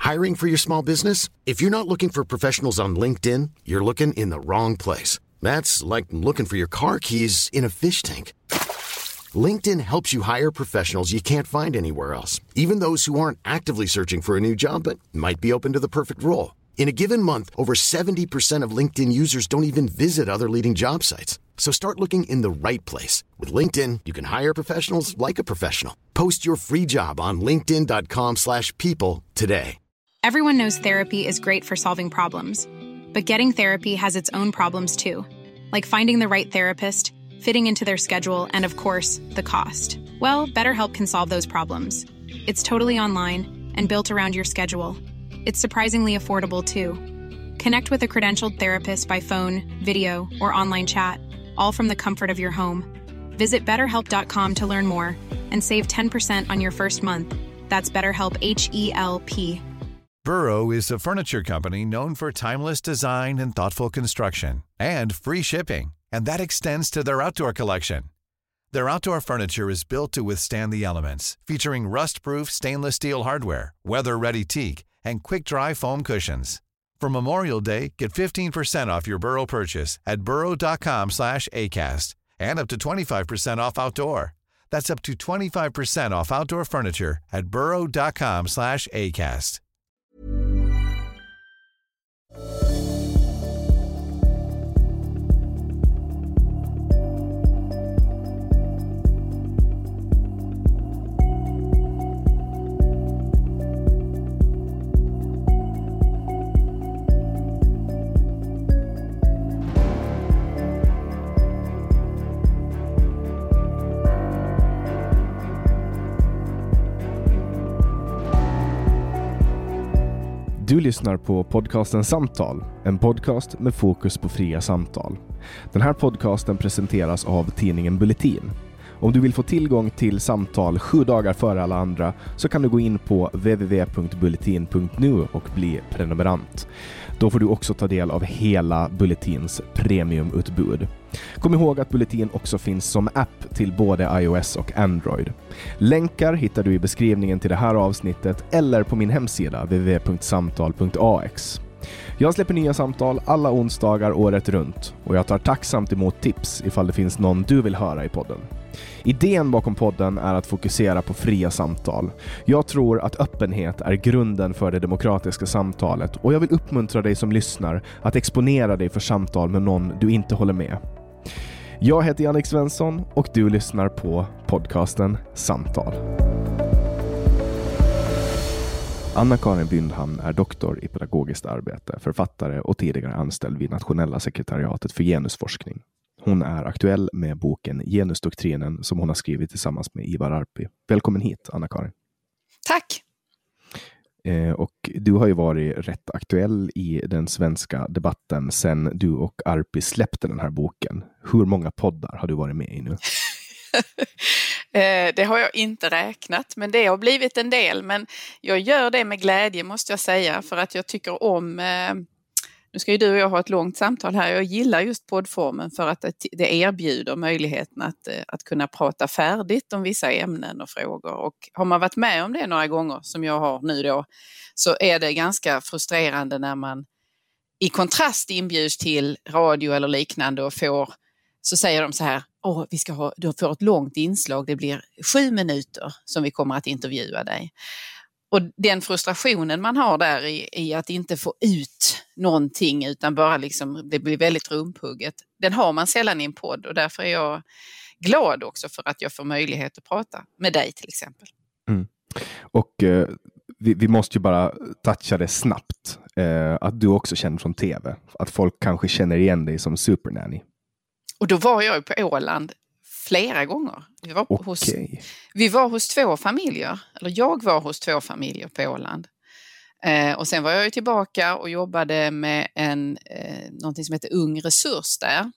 Hiring for your small business? If you're not looking for professionals on LinkedIn, you're looking in the wrong place. That's like looking for your car keys in a fish tank. LinkedIn helps you hire professionals you can't find anywhere else, even those who aren't actively searching for a new job but might be open to the perfect role. In a given month, over 70% of LinkedIn users don't even visit other leading job sites. So start looking in the right place. With LinkedIn, you can hire professionals like a professional. Post your free job on linkedin.com/people today. Everyone knows therapy is great for solving problems. But getting therapy has its own problems too. Like finding the right therapist, fitting into their schedule, and of course, the cost. Well, BetterHelp can solve those problems. It's totally online and built around your schedule. It's surprisingly affordable too. Connect with a credentialed therapist by phone, video, or online chat, all from the comfort of your home. Visit BetterHelp.com to learn more and save 10% on your first month. That's BetterHelp, H-E-L-P. Burrow is a furniture company known for timeless design and thoughtful construction, and free shipping, and that extends to their outdoor collection. Their outdoor furniture is built to withstand the elements, featuring rust-proof stainless steel hardware, weather-ready teak, and quick-dry foam cushions. For Memorial Day, get 15% off your Burrow purchase at burrow.com/acast, and up to 25% off outdoor. That's up to 25% off outdoor furniture at burrow.com/acast. Du lyssnar på podcasten Samtal, en podcast med fokus på fria samtal. Den här podcasten presenteras av tidningen Bulletin. Om du vill få tillgång till samtal 7 dagar före alla andra så kan du gå in på www.bulletin.nu och bli prenumerant. Då får du också ta del av hela Bulletins premiumutbud. Kom ihåg att Bulletin också finns som app till både iOS och Android. Länkar hittar du i beskrivningen till det här avsnittet eller på min hemsida www.samtal.ax. Jag släpper nya samtal alla onsdagar året runt och jag tar tacksamt emot tips ifall det finns någon du vill höra i podden. Idén bakom podden är att fokusera på fria samtal. Jag tror att öppenhet är grunden för det demokratiska samtalet och jag vill uppmuntra dig som lyssnar att exponera dig för samtal med någon du inte håller med. Jag heter Jannik Svensson och du lyssnar på podcasten Samtal. Anna-Karin Byndhamn är doktor i pedagogiskt arbete, författare och tidigare anställd vid Nationella sekretariatet för genusforskning. Hon är aktuell med boken Genusdoktrinen som hon har skrivit tillsammans med Ivar Arpi. Välkommen hit, Anna-Karin. Tack! Och du har ju varit rätt aktuell i den svenska debatten sen du och Arpi släppte den här boken. Hur många poddar har du varit med i nu? Det har jag inte räknat, men det har blivit en del. Men jag gör det med glädje måste jag säga, för att jag tycker om... Nu ska ju du och jag ha ett långt samtal här. Jag gillar just poddformen för att det erbjuder möjligheten att kunna prata färdigt om vissa ämnen och frågor. Och har man varit med om det några gånger som jag har nu då, så är det ganska frustrerande när man i kontrast inbjuds till radio eller liknande och så säger de så här: du får ett långt inslag, det blir 7 minuter som vi kommer att intervjua dig. Och den frustrationen man har där i att inte få ut någonting utan bara liksom, det blir väldigt rumphugget, den har man sällan i en podd, och därför är jag glad också för att jag får möjlighet att prata med dig till exempel. Mm. Och vi måste ju bara toucha det snabbt, att du också känner från tv, att folk kanske känner igen dig som Supernanny. Och då var jag på Åland flera gånger. Vi var hos 2 familjer, eller jag var hos 2 familjer på Åland. Och sen var jag ju tillbaka och jobbade med någonting som heter Ung Resurs där.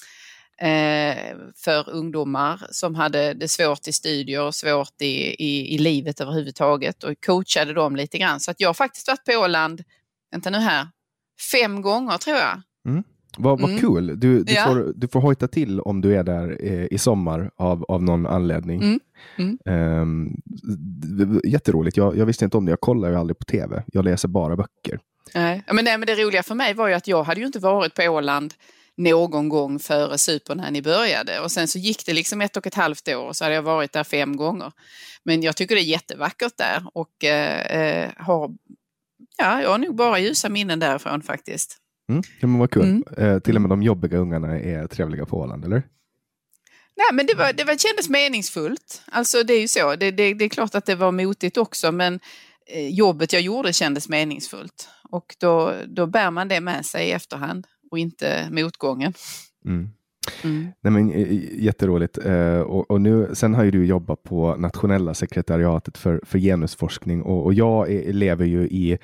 För ungdomar som hade det svårt i studier och svårt i livet överhuvudtaget, och coachade dem lite grann. Så att jag har faktiskt varit på Åland, vänta nu här, 5 gånger tror jag. Vad kul. Du får hojta till om du är där i sommar av någon anledning. Jätteroligt. Jag visste inte om det. Jag kollar ju aldrig på tv. Jag läser bara böcker. Nej, men det roliga för mig var ju att jag hade ju inte varit på Åland någon gång före Cypern när ni började. Och sen så gick det liksom 1,5 år och så hade jag varit där 5 gånger. Men jag tycker det är jättevackert där och jag har nog bara ljusa minnen därifrån faktiskt. Ja, men vad kul. Till och med de jobbiga ungarna är trevliga på Åland, eller? Nej, men det kändes meningsfullt. Alltså det är ju så. Det är klart att det var motigt också, men jobbet jag gjorde kändes meningsfullt. Och då bär man det med sig i efterhand och inte motgången. Nej, men jätteroligt. Och nu, sen har ju du jobbat på nationella sekretariatet för genusforskning och jag lever ju i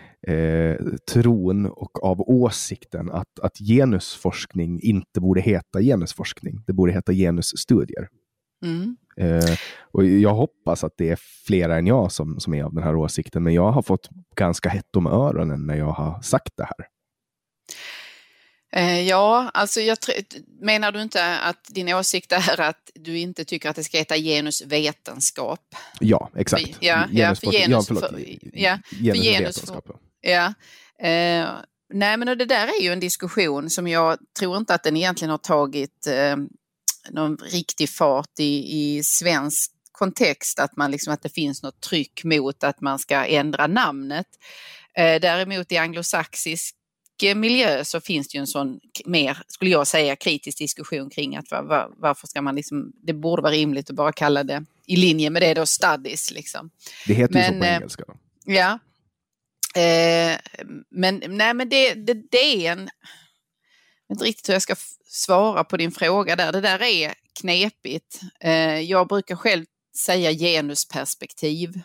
tron och av åsikten att genusforskning inte borde heta genusforskning. Det borde heta genusstudier. Och jag hoppas att det är flera än jag som är av den här åsikten, men jag har fått ganska hett om öronen när jag har sagt det här. Ja, alltså menar du inte att din åsikt är att du inte tycker att det ska heta genusvetenskap? Ja, exakt. Genusvetenskap. Ja. Nej, men det där är ju en diskussion som jag tror inte att den egentligen har tagit någon riktig fart i svensk kontext, att det finns något tryck mot att man ska ändra namnet. Däremot i anglosaxisk miljö så finns det ju en sån mer, skulle jag säga, kritisk diskussion kring att varför ska man det borde vara rimligt att bara kalla det i linje med det då studies liksom. Det heter ju så på engelska då. Ja. Men det är en, jag vet inte riktigt hur jag ska svara på din fråga där. Det där är knepigt. Jag brukar själv säga genusperspektiv.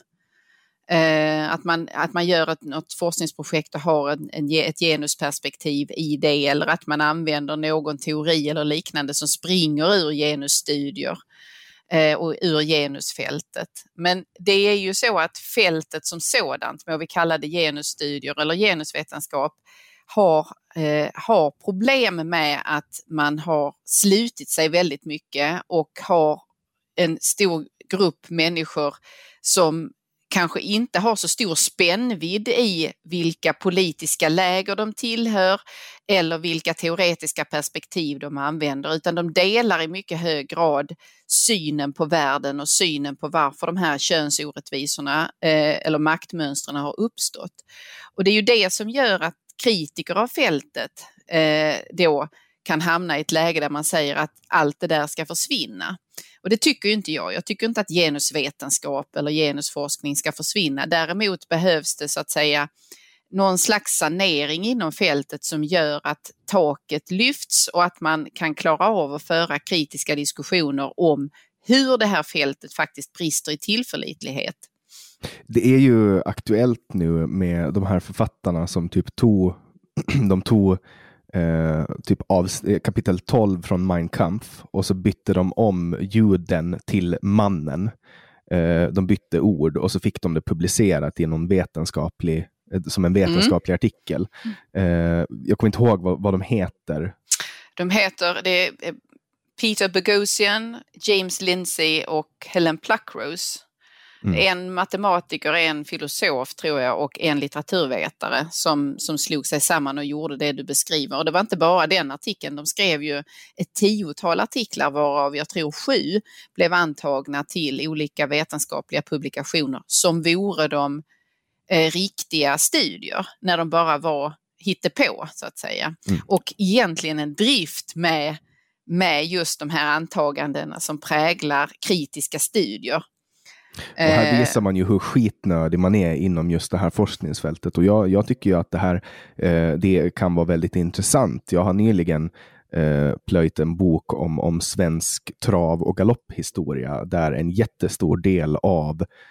Att man gör något forskningsprojekt och har ett genusperspektiv i det, eller att man använder någon teori eller liknande som springer ur genusstudier och ur genusfältet. Men det är ju så att fältet som sådant, vad vi kallar det genusstudier eller genusvetenskap, har problem med att man har slutit sig väldigt mycket och har en stor grupp människor som kanske inte har så stor spännvidd i vilka politiska läger de tillhör eller vilka teoretiska perspektiv de använder, utan de delar i mycket hög grad synen på världen och synen på varför de här könsorättvisorna eller maktmönstren har uppstått. Och det är ju det som gör att kritiker av fältet då kan hamna i ett läge där man säger att allt det där ska försvinna. Och det tycker ju inte jag. Jag tycker inte att genusvetenskap eller genusforskning ska försvinna. Däremot behövs det så att säga någon slags sanering inom fältet som gör att taket lyfts och att man kan klara av att föra kritiska diskussioner om hur det här fältet faktiskt brister i tillförlitlighet. Det är ju aktuellt nu med de här författarna som typ tog typ av kapitel 12 från Mein Kampf och så bytte de om juden till mannen. De bytte ord och så fick de det publicerat i någon vetenskaplig artikel. Jag kommer inte ihåg vad de heter. De heter Peter Boghossian, James Lindsay och Helen Pluckrose. En matematiker, en filosof tror jag och en litteraturvetare som slog sig samman och gjorde det du beskriver. Och det var inte bara den artikeln, de skrev ju ett 10-tal artiklar varav jag tror 7 blev antagna till olika vetenskapliga publikationer som vore de riktiga studier när de bara var hittepå så att säga. Och egentligen en drift med just de här antagandena som präglar kritiska studier. Och här visar man ju hur skitnödig man är inom just det här forskningsfältet. Och jag tycker ju att det här det kan vara väldigt intressant. Jag har nyligen plöjt en bok om svensk trav- och galopphistoria där en jättestor del av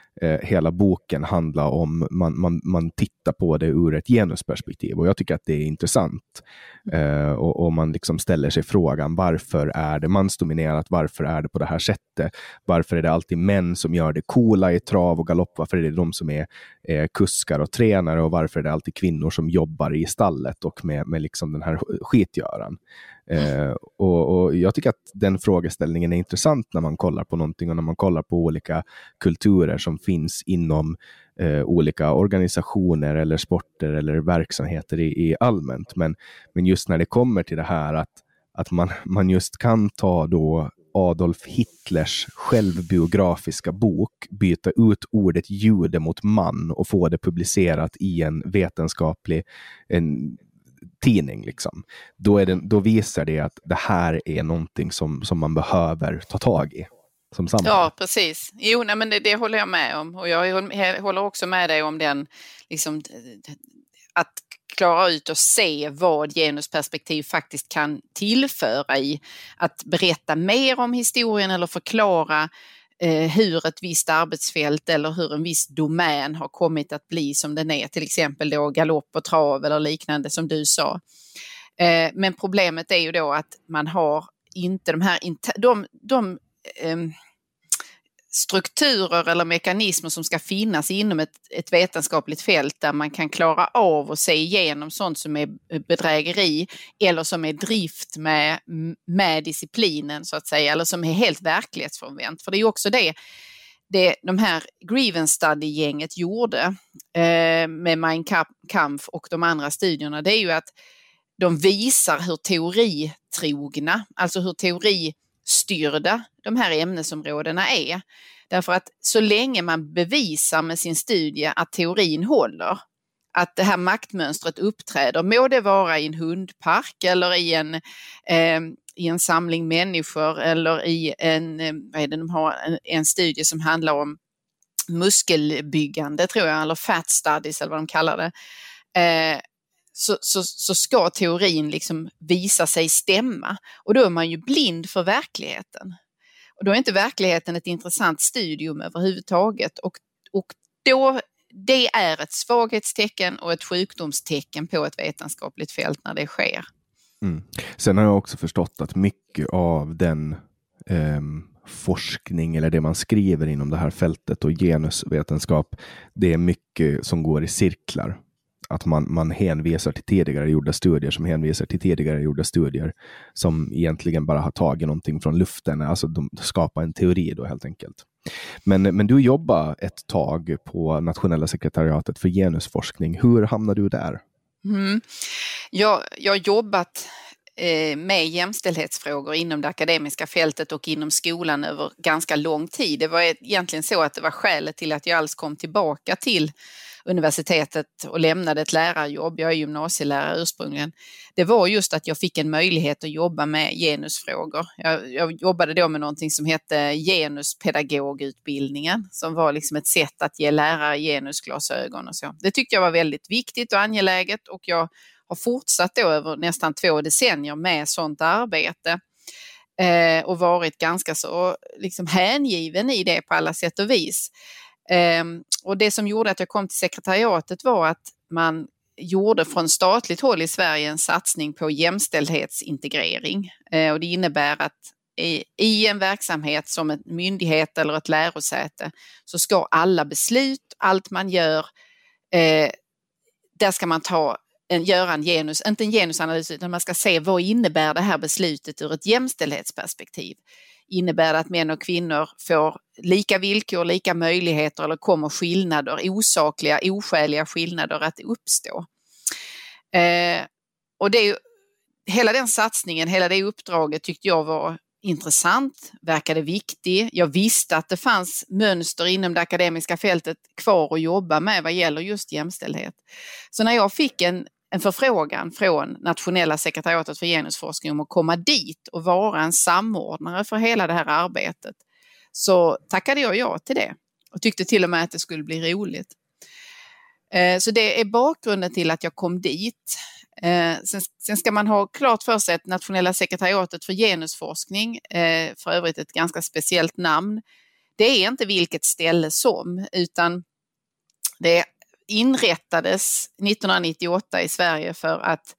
hela boken handlar om, man tittar på det ur ett genusperspektiv, och jag tycker att det är intressant. Och man liksom ställer sig frågan, varför är det mansdominerat, varför är det på det här sättet, varför är det alltid män som gör det coola i trav och galopp, varför är det de som är kuskar och tränare, och varför är det alltid kvinnor som jobbar i stallet och med liksom den här skitgöran. Och jag tycker att den frågeställningen är intressant när man kollar på någonting, och när man kollar på olika kulturer som finns inom olika organisationer eller sporter eller verksamheter i allmänt. Men just när det kommer till det här att man just kan ta då Adolf Hitlers självbiografiska bok, byta ut ordet jude mot man och få det publicerat i en vetenskaplig tidning liksom. Då visar det att det här är någonting som man behöver ta tag i som samhälle. Ja, precis. Jo, nej, men det håller jag med om, och jag håller också med dig om den liksom, att klara ut och se vad genusperspektiv faktiskt kan tillföra i att berätta mer om historien eller förklara hur ett visst arbetsfält eller hur en viss domän har kommit att bli som den är, till exempel då galopp och trav eller liknande som du sa. Men problemet är ju då att man har inte de här strukturer eller mekanismer som ska finnas inom ett vetenskapligt fält där man kan klara av att se igenom sånt som är bedrägeri eller som är drift med disciplinen så att säga, eller som är helt verklighetsfrånvänt. För det är ju också det de här Grievance Study-gänget gjorde med Mein Kampf och de andra studierna, det är ju att de visar hur teoritrogna, alltså hur teoristyrda de här ämnesområdena är. Därför att så länge man bevisar med sin studie att teorin håller, att det här maktmönstret uppträder, må det vara i en hundpark eller i en samling människor eller i en studie som handlar om muskelbyggande tror jag, eller fat studies eller vad de kallar det. Så ska teorin liksom visa sig stämma, och då är man ju blind för verkligheten. Och då är inte verkligheten ett intressant studium överhuvudtaget, och då det är ett svaghetstecken och ett sjukdomstecken på ett vetenskapligt fält när det sker. Sen har jag också förstått att mycket av den forskning eller det man skriver inom det här fältet och genusvetenskap, det är mycket som går i cirklar. Att man hänvisar till tidigare gjorda studier som hänvisar till tidigare gjorda studier som egentligen bara har tagit någonting från luften. Alltså de skapar en teori då helt enkelt. Men du jobbar ett tag på Nationella sekretariatet för genusforskning. Hur hamnade du där? Jag har jobbat med jämställdhetsfrågor inom det akademiska fältet och inom skolan över ganska lång tid. Det var egentligen så att det var skälet till att jag alls kom tillbaka till universitetet och lämnade ett lärarjobb. Jag är gymnasielärare ursprungligen. Det var just att jag fick en möjlighet att jobba med genusfrågor. Jag jobbade då med någonting som hette genuspedagogutbildningen, som var liksom ett sätt att ge lärare genusglasögon och så. Det tyckte jag var väldigt viktigt och angeläget, och jag har fortsatt då över nästan 2 decennier med sånt arbete och varit ganska så liksom hängiven i det på alla sätt och vis. Och det som gjorde att jag kom till sekretariatet var att man gjorde från statligt håll i Sverige en satsning på jämställdhetsintegrering. Och det innebär att i en verksamhet som en myndighet eller ett lärosäte så ska alla beslut, allt man gör, där ska man göra inte en genusanalys, utan man ska se vad innebär det här beslutet ur ett jämställdhetsperspektiv. Innebär det att män och kvinnor får lika villkor, lika möjligheter, eller kommer skillnader, osakliga, oskäliga skillnader att uppstå? Och det är ju, hela den satsningen, hela det uppdraget tyckte jag var intressant, verkade viktig. Jag visste att det fanns mönster inom det akademiska fältet kvar att jobba med vad gäller just jämställdhet. Så när jag fick en förfrågan från Nationella sekretariatet för genusforskning om att komma dit och vara en samordnare för hela det här arbetet, så tackade jag ja till det och tyckte till och med att det skulle bli roligt. Så det är bakgrunden till att jag kom dit. Sen ska man ha klart för sig att Nationella sekretariatet för genusforskning, för övrigt ett ganska speciellt namn, det är inte vilket ställe som, utan det inrättades 1998 i Sverige för att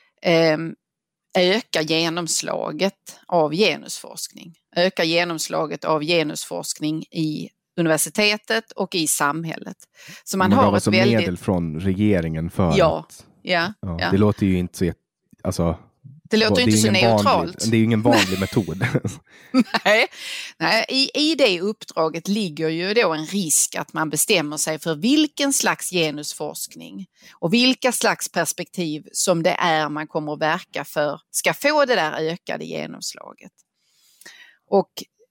öka genomslaget av genusforskning. Öka genomslaget av genusforskning i universitetet och i samhället. Så man har ett väldigt... medel från regeringen för att... Ja. Det låter ju inte så... Alltså, det låter inte så neutralt. Det är ju ingen vanlig metod. Nej, i det uppdraget ligger ju då en risk att man bestämmer sig för vilken slags genusforskning och vilka slags perspektiv som det är man kommer att verka för ska få det där ökade genomslaget. Och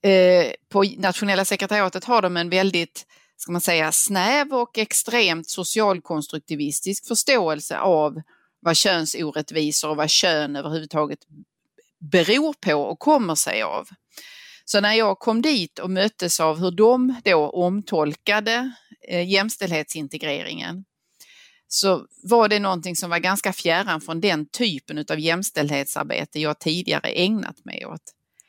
på nationella sekretariatet har de en väldigt, ska man säga, snäv och extremt socialkonstruktivistisk förståelse av vad könsorättvisor och vad kön överhuvudtaget beror på och kommer sig av. Så när jag kom dit och möttes av hur de då omtolkade jämställdhetsintegreringen, så var det någonting som var ganska fjärran från den typen av jämställdhetsarbete jag tidigare ägnat mig åt.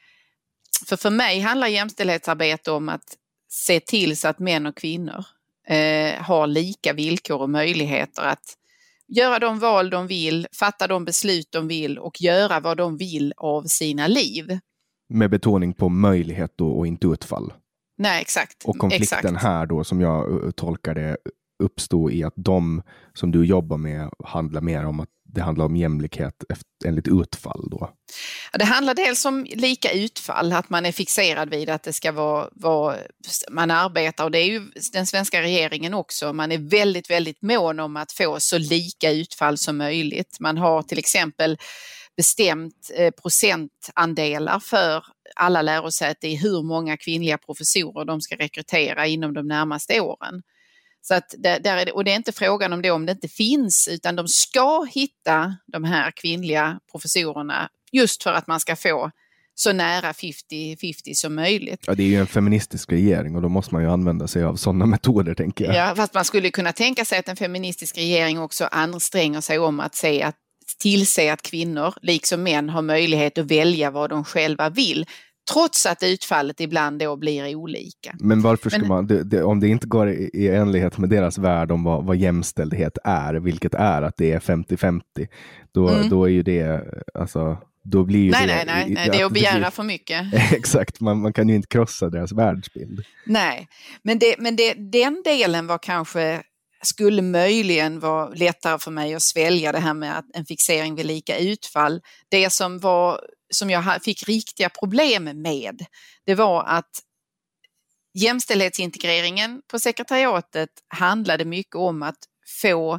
För mig handlar jämställdhetsarbete om att se till så att män och kvinnor har lika villkor och möjligheter att göra de val de vill, fatta de beslut de vill och göra vad de vill av sina liv. Med betoning på möjlighet då och inte utfall. Nej, exakt. Och konflikten här då, som jag tolkar det, uppstår i att de som du jobbar med handlar mer om att det handlar om jämlikhet enligt utfall då. Det handlar dels om lika utfall, att man är fixerad vid att det ska vara man arbetar, och det är ju den svenska regeringen också. Man är väldigt, väldigt mån om att få så lika utfall som möjligt. Man har till exempel bestämt procentandelar för alla lärosäten i hur många kvinnliga professorer de ska rekrytera inom de närmaste åren. Så att och det är inte frågan om det om det inte finns, utan de ska hitta de här kvinnliga professorerna just för att man ska få så nära 50-50 som möjligt. Ja, det är ju en feministisk regering och då måste man ju använda sig av sådana metoder, tänker jag. Ja, fast man skulle kunna tänka sig att en feministisk regering också anstränger sig om att tillse att kvinnor liksom män har möjlighet att välja vad de själva vill. Trots att utfallet ibland då blir olika. Men varför ska man, om det inte går i enlighet med deras värld om vad jämställdhet är, vilket är att det är 50-50, då är ju det, alltså, då blir ju nej, det är att begära för mycket. Exakt, man kan ju inte krossa deras världsbild. Nej, men den delen var kanske, skulle möjligen vara lättare för mig att svälja, det här med att en fixering vid lika utfall. Det som jag fick riktiga problem med, det var att jämställdhetsintegreringen på sekretariatet handlade mycket om att få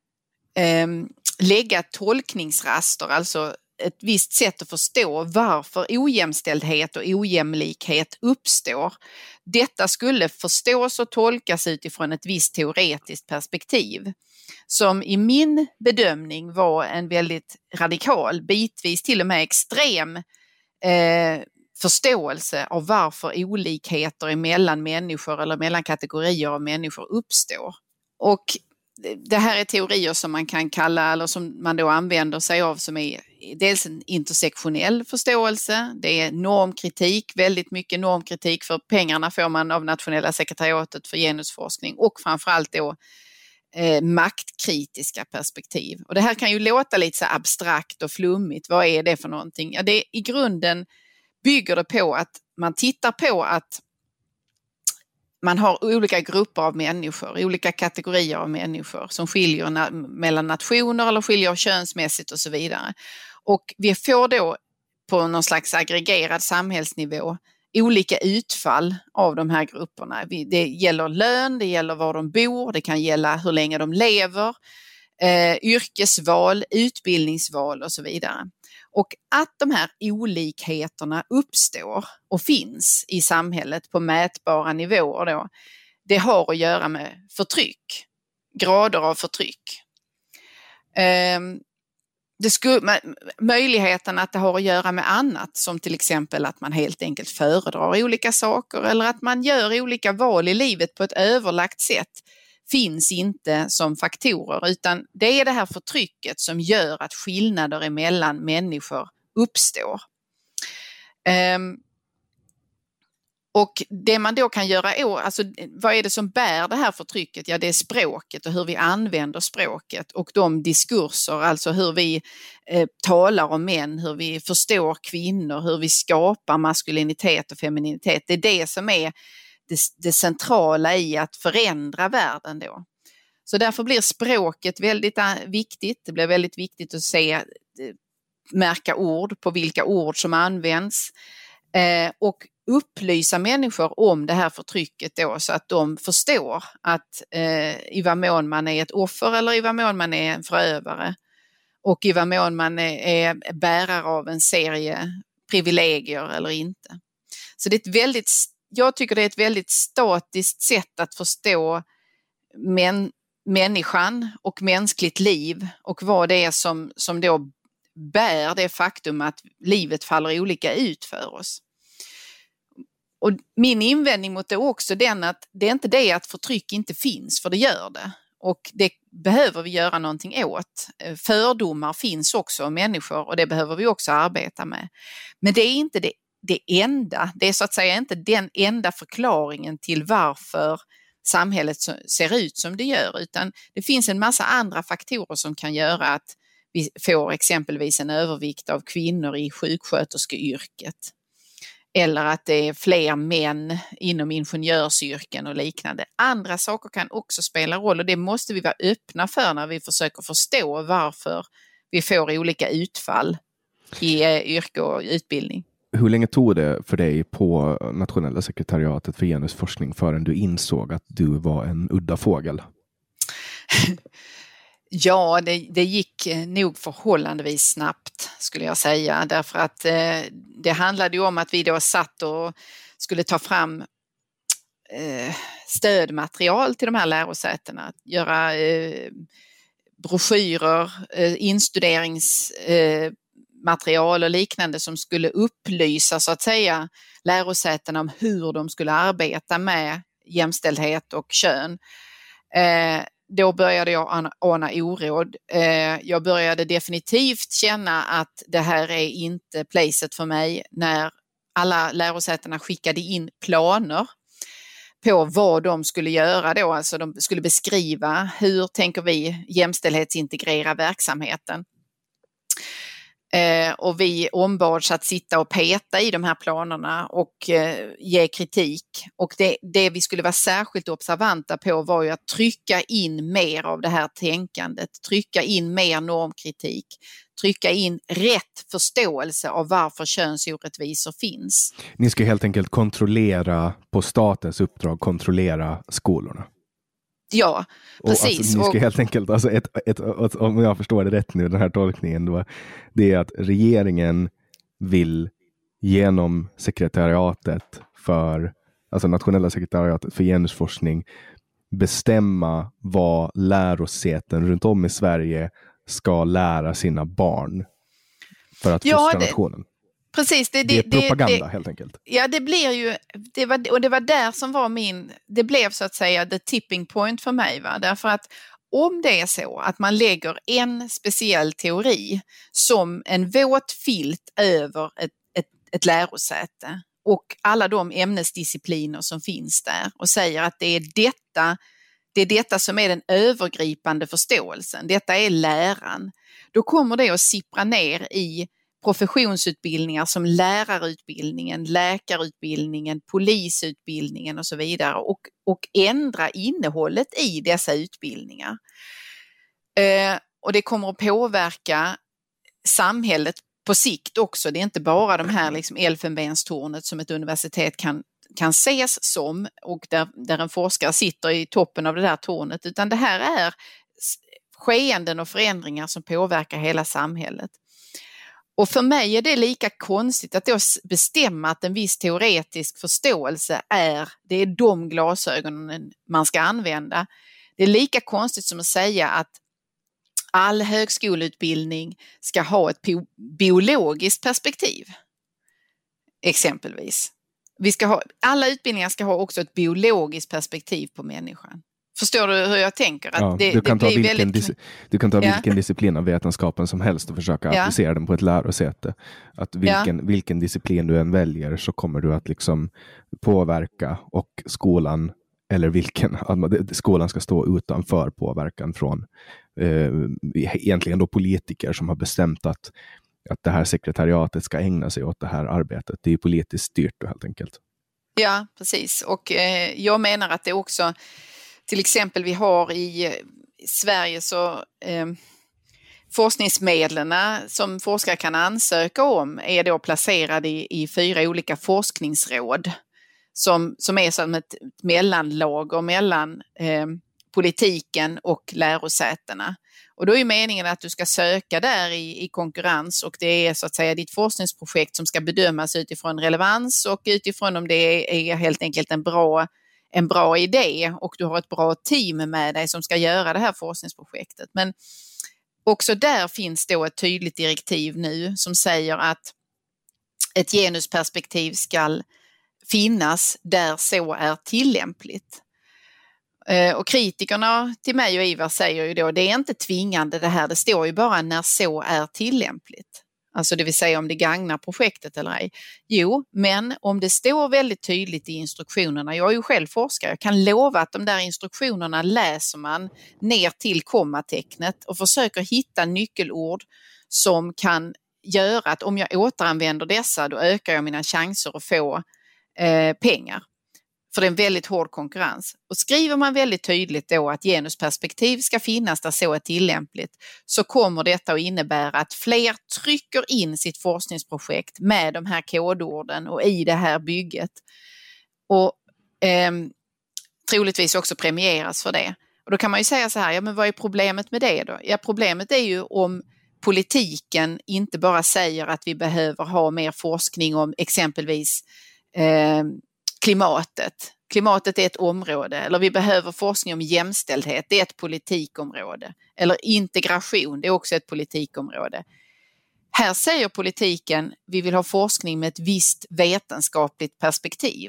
lägga tolkningsraster, alltså ett visst sätt att förstå varför ojämställdhet och ojämlikhet uppstår. Detta skulle förstås och tolkas utifrån ett visst teoretiskt perspektiv, som i min bedömning var en väldigt radikal, bitvis till och med extrem förståelse av varför olikheter mellan människor eller mellan kategorier av människor uppstår. Och det här är teorier som man kan kalla, eller som man då använder sig av, som är dels en intersektionell förståelse, det är normkritik, väldigt mycket normkritik, för pengarna får man av nationella sekretariatet för genusforskning, och framförallt då maktkritiska perspektiv. Och det här kan ju låta lite så abstrakt och flummigt. Vad är det för någonting? Ja, det i grunden bygger det på att man tittar på att man har olika grupper av människor, olika kategorier av människor som skiljer mellan nationer eller skiljer könsmässigt och så vidare. Och vi får då på någon slags aggregerad samhällsnivå olika utfall av de här grupperna. Det gäller lön, det gäller var de bor, det kan gälla hur länge de lever, yrkesval, utbildningsval och så vidare. Och att de här olikheterna uppstår och finns i samhället på mätbara nivåer då, det har att göra med förtryck, grader av förtryck. Möjligheten att det har att göra med annat, som till exempel att man helt enkelt föredrar olika saker eller att man gör olika val i livet på ett överlagt sätt, finns inte som faktorer, utan det är det här förtrycket som gör att skillnader emellan människor uppstår. Och det man då kan göra, alltså vad är det som bär det här förtrycket? Ja, det är språket och hur vi använder språket och de diskurser, alltså hur vi talar om män, hur vi förstår kvinnor, hur vi skapar maskulinitet och femininitet. Det är det som är det centrala i att förändra världen då. Så därför blir språket väldigt viktigt. Det blir väldigt viktigt att märka ord på vilka ord som används och upplysa människor om det här förtrycket då, så att de förstår att i vad mån man är ett offer eller i vad mån man är en förövare och i vad mån man är bärare av en serie privilegier eller inte. Så det är jag tycker det är ett väldigt statiskt sätt att förstå människan och mänskligt liv och vad det är som då bär det faktum att livet faller olika ut för oss. Och min invändning mot det är också den att det är inte det att förtryck inte finns, för det gör det. Och det behöver vi göra någonting åt. Fördomar finns också om människor och det behöver vi också arbeta med. Men det är inte det enda, det är så att säga inte den enda förklaringen till varför samhället ser ut som det gör, utan det finns en massa andra faktorer som kan göra att vi får exempelvis en övervikt av kvinnor i sjuksköterskeyrket. Eller att det är fler män inom ingenjörsyrken och liknande. Andra saker kan också spela roll och det måste vi vara öppna för när vi försöker förstå varför vi får olika utfall i yrke och utbildning. Hur länge tog det för dig på Nationella sekretariatet för genusforskning förrän du insåg att du var en udda fågel? Ja, det gick nog förhållandevis snabbt skulle jag säga, därför att det handlade ju om att vi då satt och skulle ta fram stödmaterial till de här lärosätena, göra broschyrer, instuderingsmaterial och liknande som skulle upplysa så att säga lärosätena om hur de skulle arbeta med jämställdhet och kön. Då började jag ana oråd. Jag började definitivt känna att det här är inte placet för mig när alla lärosätena skickade in planer på vad de skulle göra då. Alltså de skulle beskriva hur tänker vi jämställdhetsintegrera verksamheten. Och vi ombads att sitta och peta i de här planerna och ge kritik. Och det vi skulle vara särskilt observanta på var ju att trycka in mer av det här tänkandet, trycka in mer normkritik, trycka in rätt förståelse av varför könsorättvisor finns. Ni ska helt enkelt kontrollera på statens uppdrag, kontrollera skolorna. Ja, precis. Alltså, ni ska helt enkelt, om jag förstår det rätt nu, den här tolkningen då, det är att regeringen vill genom sekretariatet alltså Nationella sekretariatet för genusforskning bestämma vad lärosäten runt om i Sverige ska lära sina barn för att fostra nationen. Precis, det är propaganda helt enkelt. Ja, det blir ju, det var där som var det blev så att säga the tipping point för mig. Därför att om det är så att man lägger en speciell teori som en våt filt över ett lärosäte och alla de ämnesdiscipliner som finns där och säger att det är detta som är den övergripande förståelsen, detta är läran, då kommer det att sippra ner i professionsutbildningar som lärarutbildningen, läkarutbildningen, polisutbildningen och så vidare och ändra innehållet i dessa utbildningar. Och det kommer att påverka samhället på sikt också. Det är inte bara de här liksom elfenbenstornet som ett universitet kan ses som och där en forskare sitter i toppen av det där tornet, utan det här är skeenden och förändringar som påverkar hela samhället. Och för mig är det lika konstigt att då bestämma att en viss teoretisk förståelse det är de glasögonen man ska använda. Det är lika konstigt som att säga att all högskoleutbildning ska ha ett biologiskt perspektiv. Exempelvis. Alla utbildningar ska ha också ett biologiskt perspektiv på människan. Förstår du hur jag tänker? Att ja, du kan ta vilken disciplin av vetenskapen som helst och försöka applicera den på ett lärosäte. Att vilken disciplin du än väljer så kommer du att liksom påverka, och skolan ska stå utanför påverkan från egentligen då politiker som har bestämt att det här sekretariatet ska ägna sig åt det här arbetet. Det är politiskt styrt helt enkelt. Ja, precis. Och jag menar att det också, till exempel vi har i Sverige så forskningsmedlen som forskare kan ansöka om är då placerade i 4 olika forskningsråd som är som ett mellanlager mellan politiken och lärosätena. Och då är meningen att du ska söka där i konkurrens, och det är så att säga ditt forskningsprojekt som ska bedömas utifrån relevans och utifrån om det är helt enkelt en bra idé och du har ett bra team med dig som ska göra det här forskningsprojektet. Men också där finns då ett tydligt direktiv nu som säger att ett genusperspektiv ska finnas där så är tillämpligt. Och kritikerna till mig och Ivar säger ju då, det är inte tvingande det här, det står ju bara när så är tillämpligt. Alltså det vill säga om det gagnar projektet eller ej. Jo, men om det står väldigt tydligt i instruktionerna, jag är ju själv forskare, jag kan lova att de där instruktionerna läser man ner till kommatecknet och försöker hitta nyckelord som kan göra att om jag återanvänder dessa, då ökar jag mina chanser att få pengar. För det är en väldigt hård konkurrens. Och skriver man väldigt tydligt då att genusperspektiv ska finnas där så är tillämpligt, så kommer detta att innebära att fler trycker in sitt forskningsprojekt med de här kodorden och i det här bygget. Och troligtvis också premieras för det. Och då kan man ju säga så här, ja men vad är problemet med det då? Ja, problemet är ju om politiken inte bara säger att vi behöver ha mer forskning om exempelvis klimatet. Klimatet är ett område, eller vi behöver forskning om jämställdhet, det är ett politikområde. Eller integration, det är också ett politikområde. Här säger politiken, vi vill ha forskning med ett visst vetenskapligt perspektiv.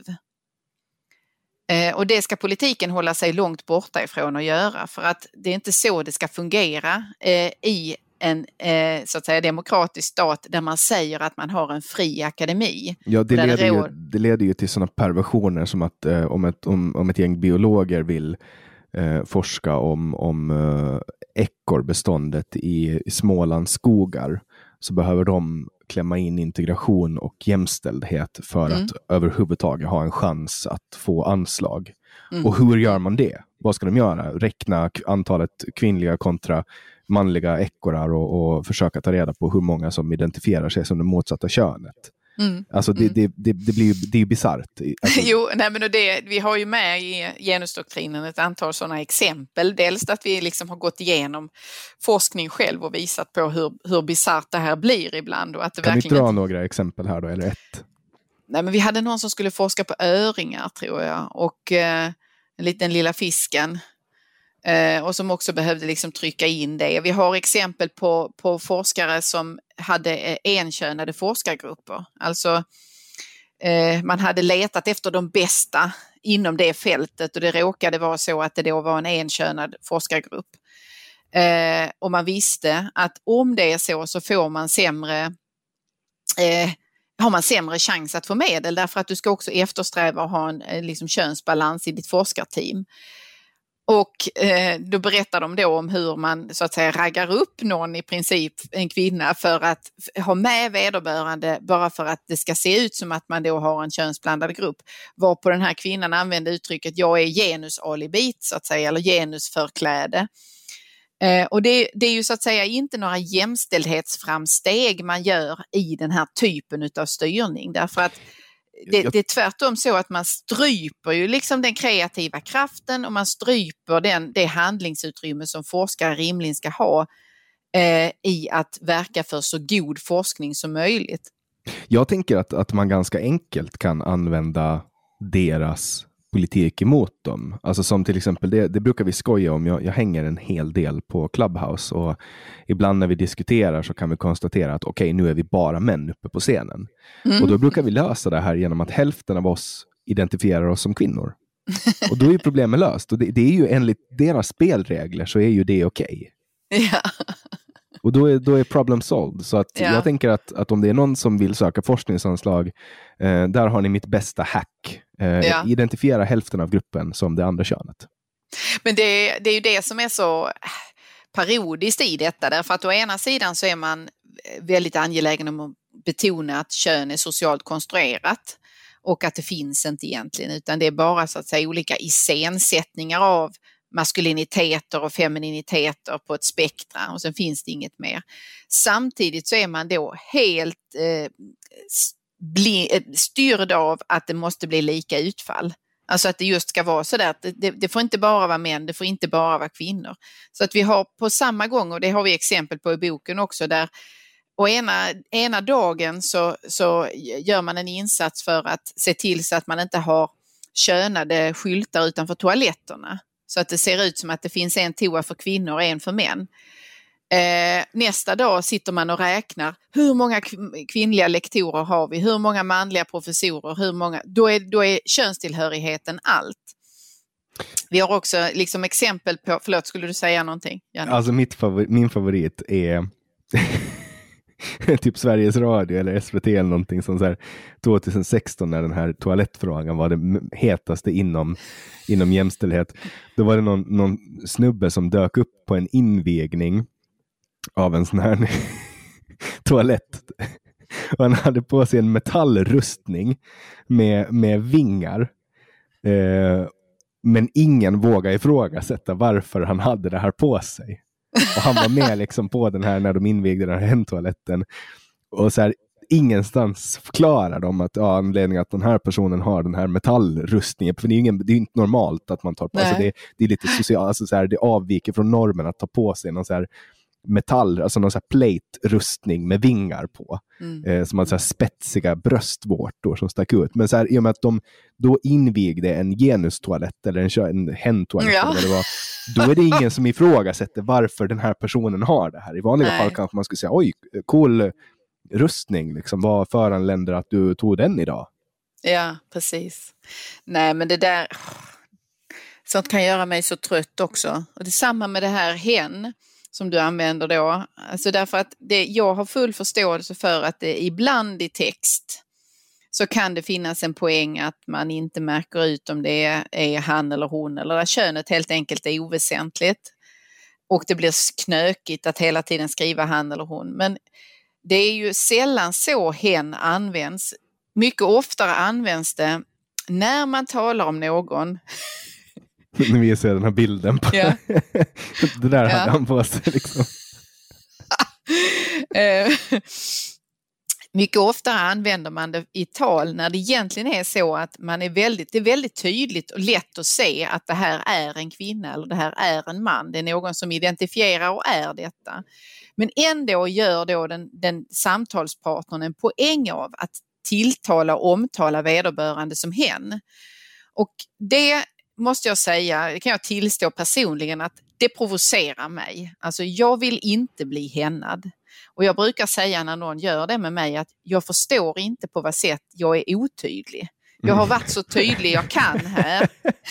Och det ska politiken hålla sig långt borta ifrån att göra, för att det är inte så det ska fungera i en så att säga demokratisk stat där man säger att man har en fri akademi. Ja, det leder ju till sådana perversioner som att om ett gäng biologer vill forska om ekorrbeståndet i Smålands skogar, så behöver de klämma in integration och jämställdhet för att överhuvudtaget ha en chans att få anslag. Och hur gör man det? Vad ska de göra? Räkna antalet kvinnliga kontra manliga ekorrar och försöka ta reda på hur många som identifierar sig som det motsatta könet. Alltså det blir ju bisarrt. Alltså. Jo, nej men vi har ju med i genusdoktrinen ett antal sådana exempel. Dels att vi liksom har gått igenom forskning själv och visat på hur bisarrt det här blir ibland. Och att det kan verkligen vi dra några exempel här då, eller ett? Nej, men vi hade någon som skulle forska på öringar tror jag, och den lilla fisken. Och som också behövde liksom trycka in det. Vi har exempel på forskare som hade enkönade forskargrupper. Alltså man hade letat efter de bästa inom det fältet och det råkade vara så att det då var en enkönad forskargrupp. Och man visste att om det är så får man har man sämre chans att få medel, därför att du ska också eftersträva att ha en liksom könsbalans i ditt forskarteam. Och då berättar de då om hur man så att säga raggar upp någon, i princip en kvinna, för att ha med vederbörande bara för att det ska se ut som att man då har en könsblandad grupp. Varpå den här kvinnan använde uttrycket jag är genusalibit så att säga, eller genusförkläde. Och det är ju så att säga inte några jämställdhetsframsteg man gör i den här typen av styrning, därför att det är tvärtom så att man stryper ju liksom den kreativa kraften och man stryper det handlingsutrymme som forskare rimligen ska ha i att verka för så god forskning som möjligt. Jag tänker att man ganska enkelt kan använda deras politik emot dem. Alltså som till exempel, det brukar vi skoja om. Jag hänger en hel del på Clubhouse och ibland när vi diskuterar så kan vi konstatera att okej, nu är vi bara män uppe på scenen. Och då brukar vi lösa det här genom att hälften av oss identifierar oss som kvinnor. Och då är ju problemet löst. Och det är ju enligt deras spelregler så är ju det okej. Ja. Och då är problem solved. Så att jag tänker att om det är någon som vill söka forskningsanslag, där har ni mitt bästa hack. Identifiera hälften av gruppen som det andra könet. Men det är ju det som är så parodiskt i detta. Därför att å ena sidan så är man väldigt angelägen om att betona att kön är socialt konstruerat. Och att det finns inte egentligen, utan det är bara så att säga olika iscensättningar av maskuliniteter och femininiteter på ett spektra, och sen finns det inget mer. Samtidigt så är man då helt styrd av att det måste bli lika utfall. Alltså att det just ska vara så där att det får inte bara vara män, det får inte bara vara kvinnor. Så att vi har på samma gång, och det har vi exempel på i boken också, där och ena dagen så gör man en insats för att se till så att man inte har könade skyltar utanför toaletterna. Så att det ser ut som att det finns en toa för kvinnor och en för män. Nästa dag sitter man och räknar hur många kvinnliga lektorer har vi, hur många manliga professorer, hur många, då är könstillhörigheten allt. Vi har också liksom exempel på, förlåt, skulle du säga någonting, Janne? Alltså min favorit är typ Sveriges Radio eller SVT eller någonting som så här 2016 när den här toalettfrågan var det hetaste inom jämställdhet. Då var det någon snubbe som dök upp på en invigning av en sån här toalett. Och han hade på sig en metallrustning med vingar. Men ingen vågade ifrågasätta varför han hade det här på sig. Och han var med liksom på den här när de invigde den här hemtoaletten. Och så här, ingenstans förklarar de att anledningen att den här personen har den här metallrustningen. För det är ju inte normalt att man tar på sig. Det är lite socialt, alltså så här, det avviker från normen att ta på sig någon så här metall, alltså någon så här plate-rustning med vingar på. Som har så här spetsiga bröstvårtor som stack ut. Men så här, i och med att de då invigde en genustoalett eller en hentoalett eller vad det var, då är det ingen som ifrågasätter varför den här personen har det här. I vanliga fall kanske man skulle säga, oj, cool rustning, liksom, vad föranländer att du tog den idag? Ja, precis. Nej, men det där, sånt kan göra mig så trött också. Och det är samma med det här hen som du använder då. Alltså därför att jag har full förståelse för att det ibland i text så kan det finnas en poäng att man inte märker ut om det är han eller hon, eller att könet helt enkelt är oväsentligt. Och det blir knökigt att hela tiden skriva han eller hon. Men det är ju sällan så hen används. Mycket oftare används det när man talar om någon. Nu visar jag den här bilden på. Ja. Det där hade han på sig liksom. Mycket oftare använder man det i tal när det egentligen är så att det är väldigt tydligt och lätt att se att det här är en kvinna eller det här är en man. Det är någon som identifierar och är detta. Men ändå gör då den samtalspartnern en poäng av att tilltala och omtala vederbörande som hen. Och det måste jag säga, det kan jag tillstå personligen, att det provocerar mig. Alltså jag vill inte bli hennad. Och jag brukar säga när någon gör det med mig att jag förstår inte på vad sätt jag är otydlig. Jag har varit så tydlig jag kan här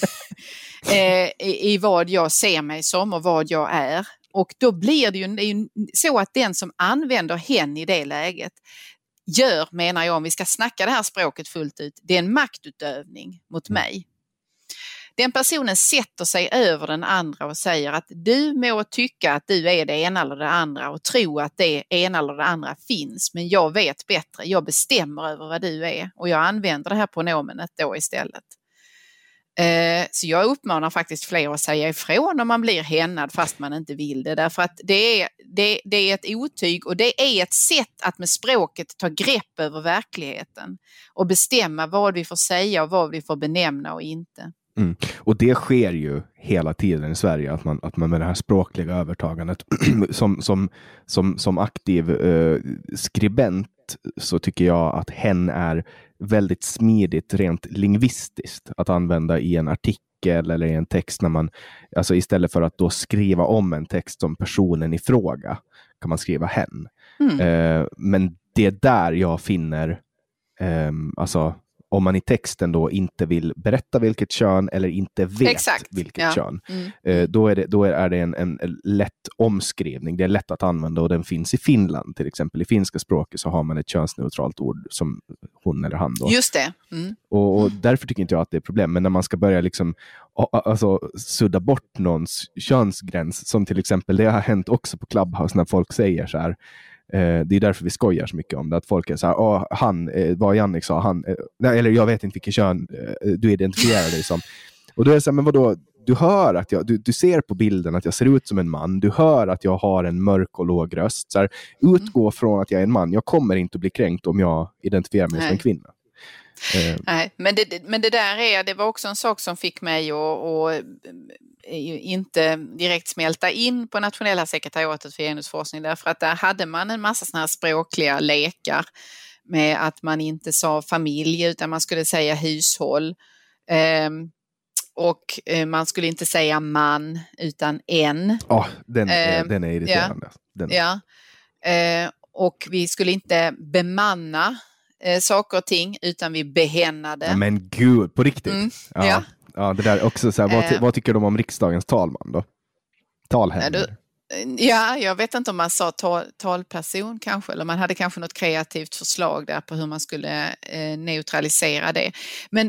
i vad jag ser mig som och vad jag är. Och då blir det ju så att den som använder hen i det läget gör, menar jag, om vi ska snacka det här språket fullt ut, det är en maktutövning mot mig. Den personen sätter sig över den andra och säger att du må tycka att du är det ena eller det andra och tro att det ena eller det andra finns, men jag vet bättre, jag bestämmer över vad du är och jag använder det här pronomenet då istället. Så jag uppmanar faktiskt fler att säga ifrån om man blir hennad fast man inte vill det, därför att det är ett otyg och det är ett sätt att med språket ta grepp över verkligheten och bestämma vad vi får säga och vad vi får benämna och inte. Mm. Och det sker ju hela tiden i Sverige att man med det här språkliga övertagandet som aktiv skribent så tycker jag att hen är väldigt smidigt rent lingvistiskt att använda i en artikel eller i en text när man, alltså istället för att då skriva om en text som personen i fråga kan man skriva hen. Men det är där jag finner alltså om man i texten då inte vill berätta vilket kön eller inte vet vilket kön. Då är det en lätt omskrivning. Det är lätt att använda och den finns i Finland till exempel. I finska språket så har man ett könsneutralt ord som hon eller han då. Just det. Och därför tycker inte jag att det är problem. Men när man ska börja liksom alltså sudda bort någons könsgräns, som till exempel det har hänt också på Clubhouse när folk säger så här. Det är därför vi skojar så mycket om det. Att folk är så här, han, vad Jannik sa, han, eller jag vet inte vilken kön du identifierar dig som. Och då är det så här, men vadå? Du hör att du ser på bilden att jag ser ut som en man. Du hör att jag har en mörk och låg röst. Så här, utgå från att jag är en man. Jag kommer inte att bli kränkt om jag identifierar mig som en kvinna. Nej, men det var också en sak som fick mig att inte direkt smälta in på Nationella sekretariatet för genusforskning, därför att där hade man en massa såna här språkliga lekar med att man inte sa familj utan man skulle säga hushåll, och man skulle inte säga man utan en. Ja, den är irriterande. Och vi skulle inte bemanna saker och ting utan vi behännade. Ja, men gud, på riktigt. Ja, det där också så här, vad tycker de om riksdagens talman då? Talhänder. Ja, jag vet inte om man sa talperson kanske, eller man hade kanske något kreativt förslag där på hur man skulle neutralisera det. Men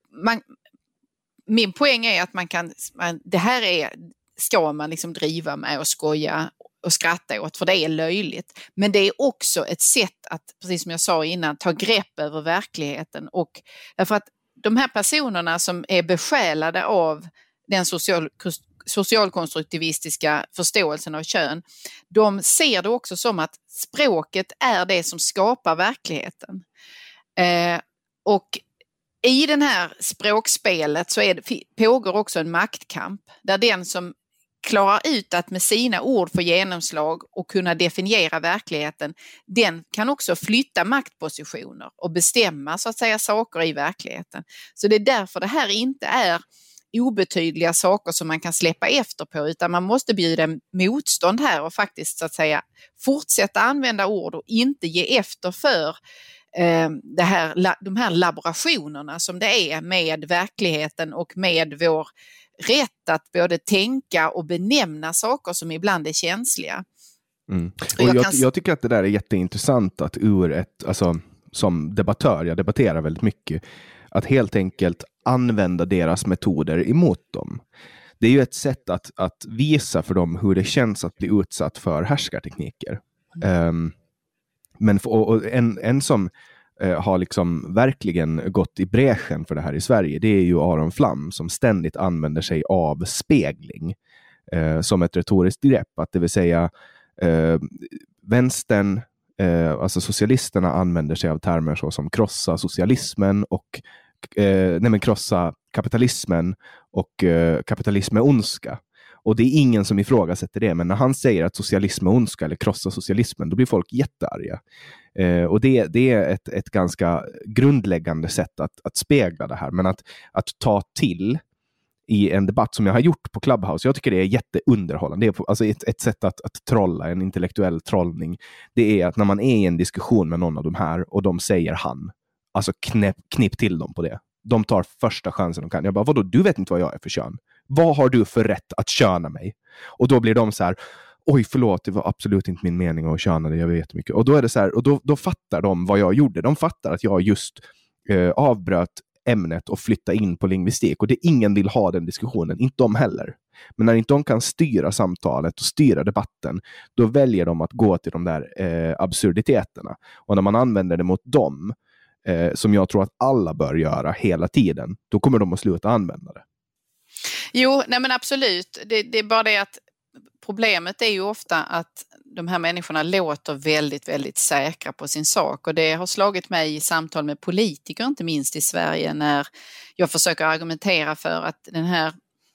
min poäng är att det här ska man liksom driva med och skoja och skratta åt, för det är löjligt. Men det är också ett sätt att, precis som jag sa innan, ta grepp över verkligheten. Och därför att de här personerna som är besjälade av den socialkonstruktivistiska förståelsen av kön, de ser det också som att språket är det som skapar verkligheten. Och i den här språkspelet så pågår också en maktkamp där den som klarar ut att med sina ord få genomslag och kunna definiera verkligheten, den kan också flytta maktpositioner och bestämma så att säga saker i verkligheten. Så det är därför det här inte är obetydliga saker som man kan släppa efter på, utan man måste bjuda motstånd här och faktiskt så att säga fortsätta använda ord och inte ge efter för de här laborationerna som det är med verkligheten och med vår rätt att både tänka och benämna saker som ibland är känsliga. Och jag tycker att det där är jätteintressant att som debattör, jag debatterar väldigt mycket, att helt enkelt använda deras metoder emot dem. Det är ju ett sätt att visa för dem hur det känns att bli utsatt för härskartekniker. Men en som har liksom verkligen gått i bräschen för det här i Sverige, det är ju Aron Flam, som ständigt använder sig av spegling som ett retoriskt grepp. Att det vill säga vänstern, alltså socialisterna, använder sig av termer så som krossa socialismen och krossa kapitalismen och kapitalism är ondska. Och det är ingen som ifrågasätter det, men när han säger att socialism är ondska eller krossa socialismen, då blir folk jättearga. Och det är ett ganska grundläggande sätt att spegla det här. Men att ta till i en debatt som jag har gjort på Clubhouse, jag tycker det är jätteunderhållande. Det är alltså ett sätt att trolla, en intellektuell trollning. Det är att när man är i en diskussion med någon av de här och de säger han, alltså knipp till dem på det. De tar första chansen de kan. Jag bara, vadå, du vet inte vad jag är för kön? Vad har du för rätt att köna mig? Och då blir de så här, oj förlåt, det var absolut inte min mening att köna dig, jag vet mycket. Och då är det så här, och då fattar de vad jag gjorde. De fattar att jag just avbröt ämnet och flyttade in på lingvistik. Och ingen vill ha den diskussionen, inte de heller. Men när inte de kan styra samtalet och styra debatten, då väljer de att gå till de där absurditeterna. Och när man använder det mot dem, som jag tror att alla bör göra hela tiden, då kommer de att sluta använda det. Jo, nej men absolut. Det är bara det att problemet är ju ofta att de här människorna låter väldigt, väldigt säkra på sin sak. Och det har slagit mig i samtal med politiker, inte minst i Sverige, när jag försöker argumentera för att den här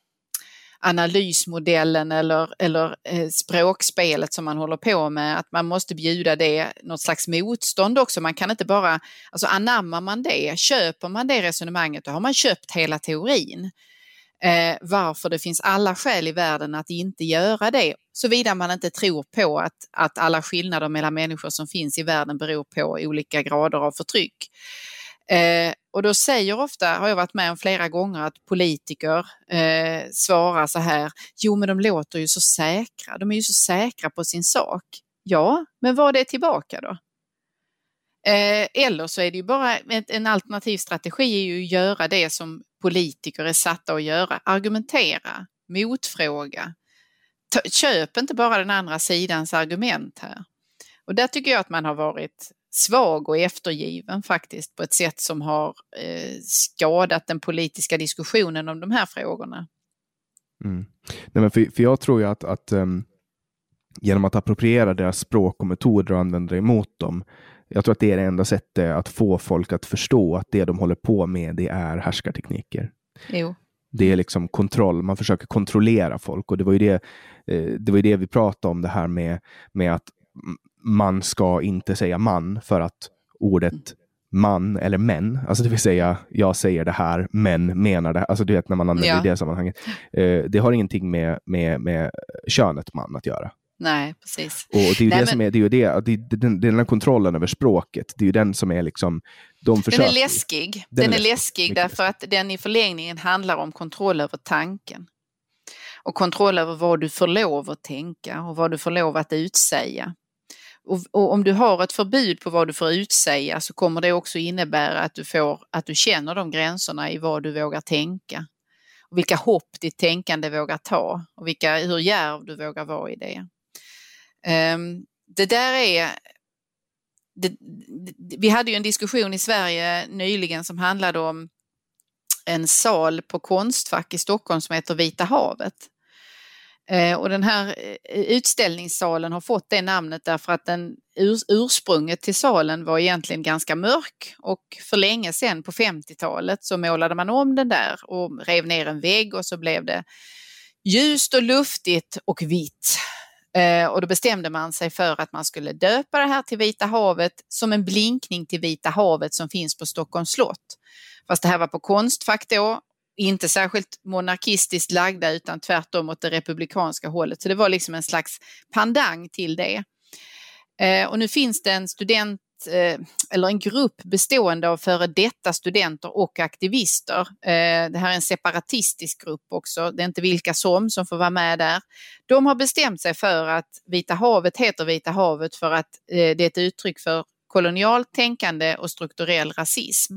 analysmodellen eller språkspelet som man håller på med, att man måste bjuda det något slags motstånd också. Man kan inte bara, alltså anammar man det, köper man det resonemanget, då har man köpt hela teorin. Varför det finns alla skäl i världen att inte göra det, såvida man inte tror på att alla skillnader mellan människor som finns i världen beror på olika grader av förtryck. Och då säger ofta, har jag varit med om flera gånger, att politiker svarar så här: jo men de låter ju så säkra, de är ju så säkra på sin sak. Ja, men vad är det tillbaka då? Eller så är det ju bara en alternativ strategi är ju att göra det som politiker är satta att göra. Argumentera, motfråga. Köp inte bara den andra sidans argument här. Och där tycker jag att man har varit svag och eftergiven faktiskt på ett sätt som har skadat den politiska diskussionen om de här frågorna. Mm. Nej, men för jag tror ju att genom att appropriera deras språk och metoder och använda det emot dem, jag tror att det är det enda sättet att få folk att förstå att det de håller på med, det är härskartekniker. Jo. Det är liksom kontroll, man försöker kontrollera folk, och det var ju det vi pratade om, det här med att man ska inte säga man för att ordet man eller män, alltså det vill säga jag säger det här men menar det, alltså du vet när man använder det sammanhanget, det har ingenting med könet man att göra. Nej, precis. Och det är ju som är, det är den här kontrollen över språket, det är ju den som är liksom, de försöker. Den är läskig. Den är läskig därför att den i förlängningen handlar om kontroll över tanken. Och kontroll över vad du får lov att tänka och vad du får lov att utsäga. Och om du har ett förbud på vad du får utsäga, så kommer det också innebära att du känner de gränserna i vad du vågar tänka. Och vilka hopp ditt tänkande vågar ta. Och hur djärv du vågar vara i det. Det där är... Vi hade ju en diskussion i Sverige nyligen som handlade om en sal på Konstfack i Stockholm som heter Vita havet. Och den här utställningssalen har fått det namnet därför att ursprunget till salen var egentligen ganska mörk, och för länge sedan på 50-talet så målade man om den där och rev ner en vägg, och så blev det ljust och luftigt och vitt. Och då bestämde man sig för att man skulle döpa det här till Vita havet som en blinkning till Vita havet som finns på Stockholms slott. Fast det här var på Konstfack då, inte särskilt monarkistiskt lagda utan tvärtom åt det republikanska hållet. Så det var liksom en slags pandang till det. Och nu finns det en eller en grupp bestående av före detta studenter och aktivister. Det här är en separatistisk grupp också. Det är inte vilka som får vara med där. De har bestämt sig för att Vita havet heter Vita havet för att det är ett uttryck för kolonialt tänkande och strukturell rasism.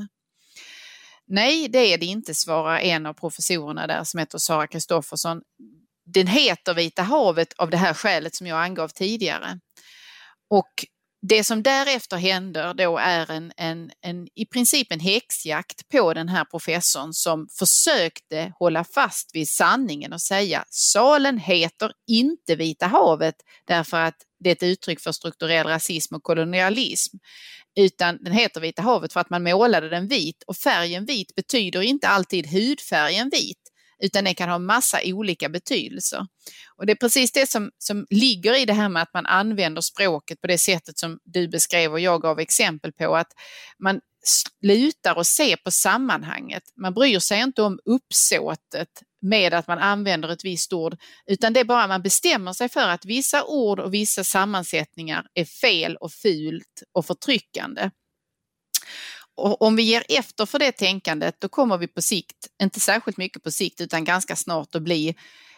Nej, det är det inte, svarar en av professorerna där som heter Sara Kristoffersson. Den heter Vita havet av det här skälet som jag angav tidigare. Och det som därefter händer då är i princip en häxjakt på den här professorn som försökte hålla fast vid sanningen och säga salen heter inte Vita havet därför att det är ett uttryck för strukturell rasism och kolonialism, utan den heter Vita havet för att man målade den vit, och färgen vit betyder inte alltid hudfärgen vit, utan det kan ha massa olika betydelser. Och det är precis det som ligger i det här med att man använder språket på det sättet som du beskrev och jag gav exempel på, att man slutar att se på sammanhanget. Man bryr sig inte om uppsåtet med att man använder ett visst ord, utan det är bara man bestämmer sig för att vissa ord och vissa sammansättningar är fel och fult och förtryckande. Och om vi ger efter för det tänkandet, då kommer vi på sikt, inte särskilt mycket på sikt utan ganska snart att bli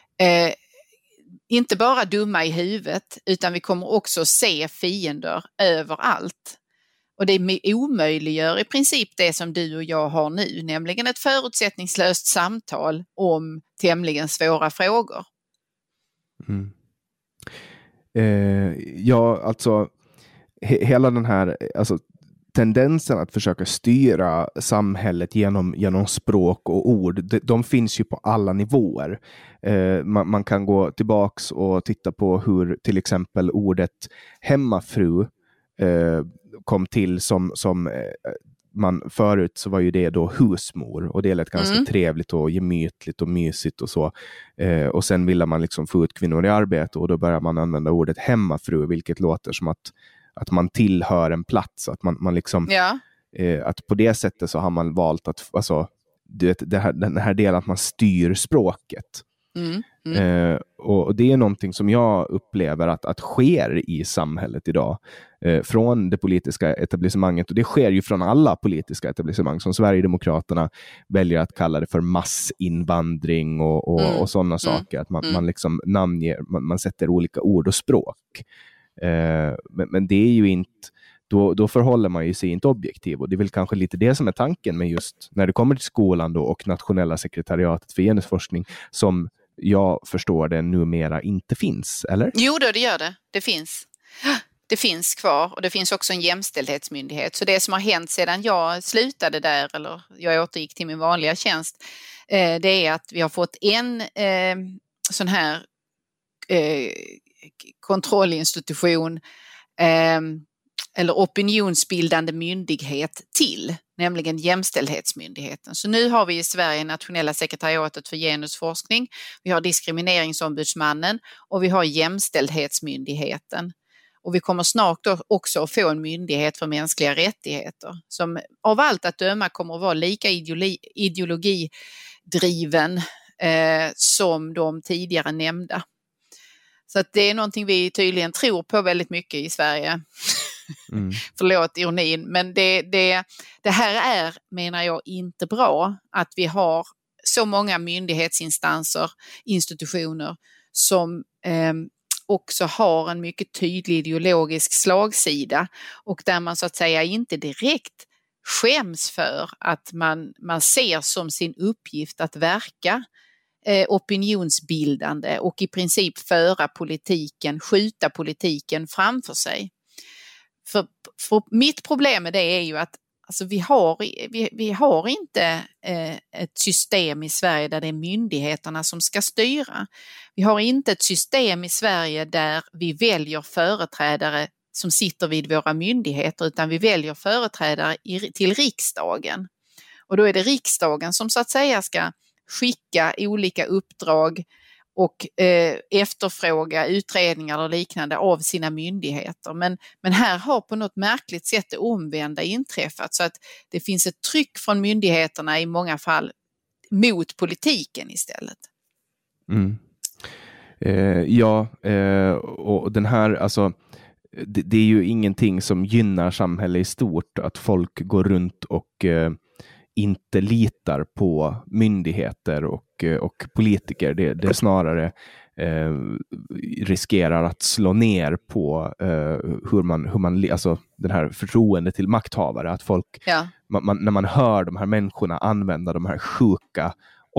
inte bara dumma i huvudet, utan vi kommer också se fiender överallt. Och det omöjliggör i princip det som du och jag har nu, nämligen ett förutsättningslöst samtal om tämligen svåra frågor. Mm. Alltså hela den här tendensen att försöka styra samhället genom språk och ord, de finns ju på alla nivåer. Man kan gå tillbaks och titta på hur till exempel ordet hemmafru kom till som man förut så var ju det då husmor, och det lät ganska trevligt och gemytligt och mysigt och så. Och sen ville man liksom få ut kvinnor i arbete, och då börjar man använda ordet hemmafru, vilket låter som att man tillhör en plats, att man liksom att på det sättet så har man valt att den här delen att man styr språket. Och det är någonting som jag upplever att sker i samhället idag. Från det politiska etablissemanget, och det sker ju från alla politiska etablissemang, som Sverigedemokraterna väljer att kalla det för massinvandring och sådana saker, att man liksom namnger, man sätter olika ord och språk, men det är ju inte, då förhåller man ju sig inte objektiv, och det är väl kanske lite det som är tanken med just när det kommer till skolan då, och nationella sekretariatet för genusforskning, som jag förstår det numera inte finns, eller? Jo då, det gör det. Det finns kvar, och det finns också en jämställdhetsmyndighet. Så det som har hänt sedan jag slutade där, eller jag återgick till min vanliga tjänst, det är att vi har fått en sån här kontrollinstitution eller opinionsbildande myndighet till, nämligen jämställdhetsmyndigheten. Så nu har vi i Sverige Nationella sekretariatet för genusforskning, vi har diskrimineringsombudsmannen och vi har jämställdhetsmyndigheten. Och vi kommer snart då också att få en myndighet för mänskliga rättigheter som av allt att döma kommer att vara lika ideologidriven som de tidigare nämnda. Så att det är någonting vi tydligen tror på väldigt mycket i Sverige. Förlåt ironin, men det här är, menar jag, inte bra att vi har så många myndighetsinstanser, institutioner som också har en mycket tydlig ideologisk slagsida, och där man så att säga inte direkt skäms för att man ser som sin uppgift att verka opinionsbildande och i princip skjuta politiken framför sig. För mitt problem med det är ju att alltså vi har inte ett system i Sverige där det är myndigheterna som ska styra. Vi har inte ett system i Sverige där vi väljer företrädare som sitter vid våra myndigheter, utan vi väljer företrädare till riksdagen. Och då är det riksdagen som så att säga ska skicka olika uppdrag och efterfråga utredningar och liknande av sina myndigheter. Men här har på något märkligt sätt det omvända inträffat, så att det finns ett tryck från myndigheterna i många fall mot politiken istället. Och den här, alltså det är ju ingenting som gynnar samhället i stort, att folk går runt och inte litar på myndigheter och politiker. Det snarare riskerar att slå ner på hur man alltså den här förtroende till makthavare, att folk när man hör de här människorna använda de här sjuka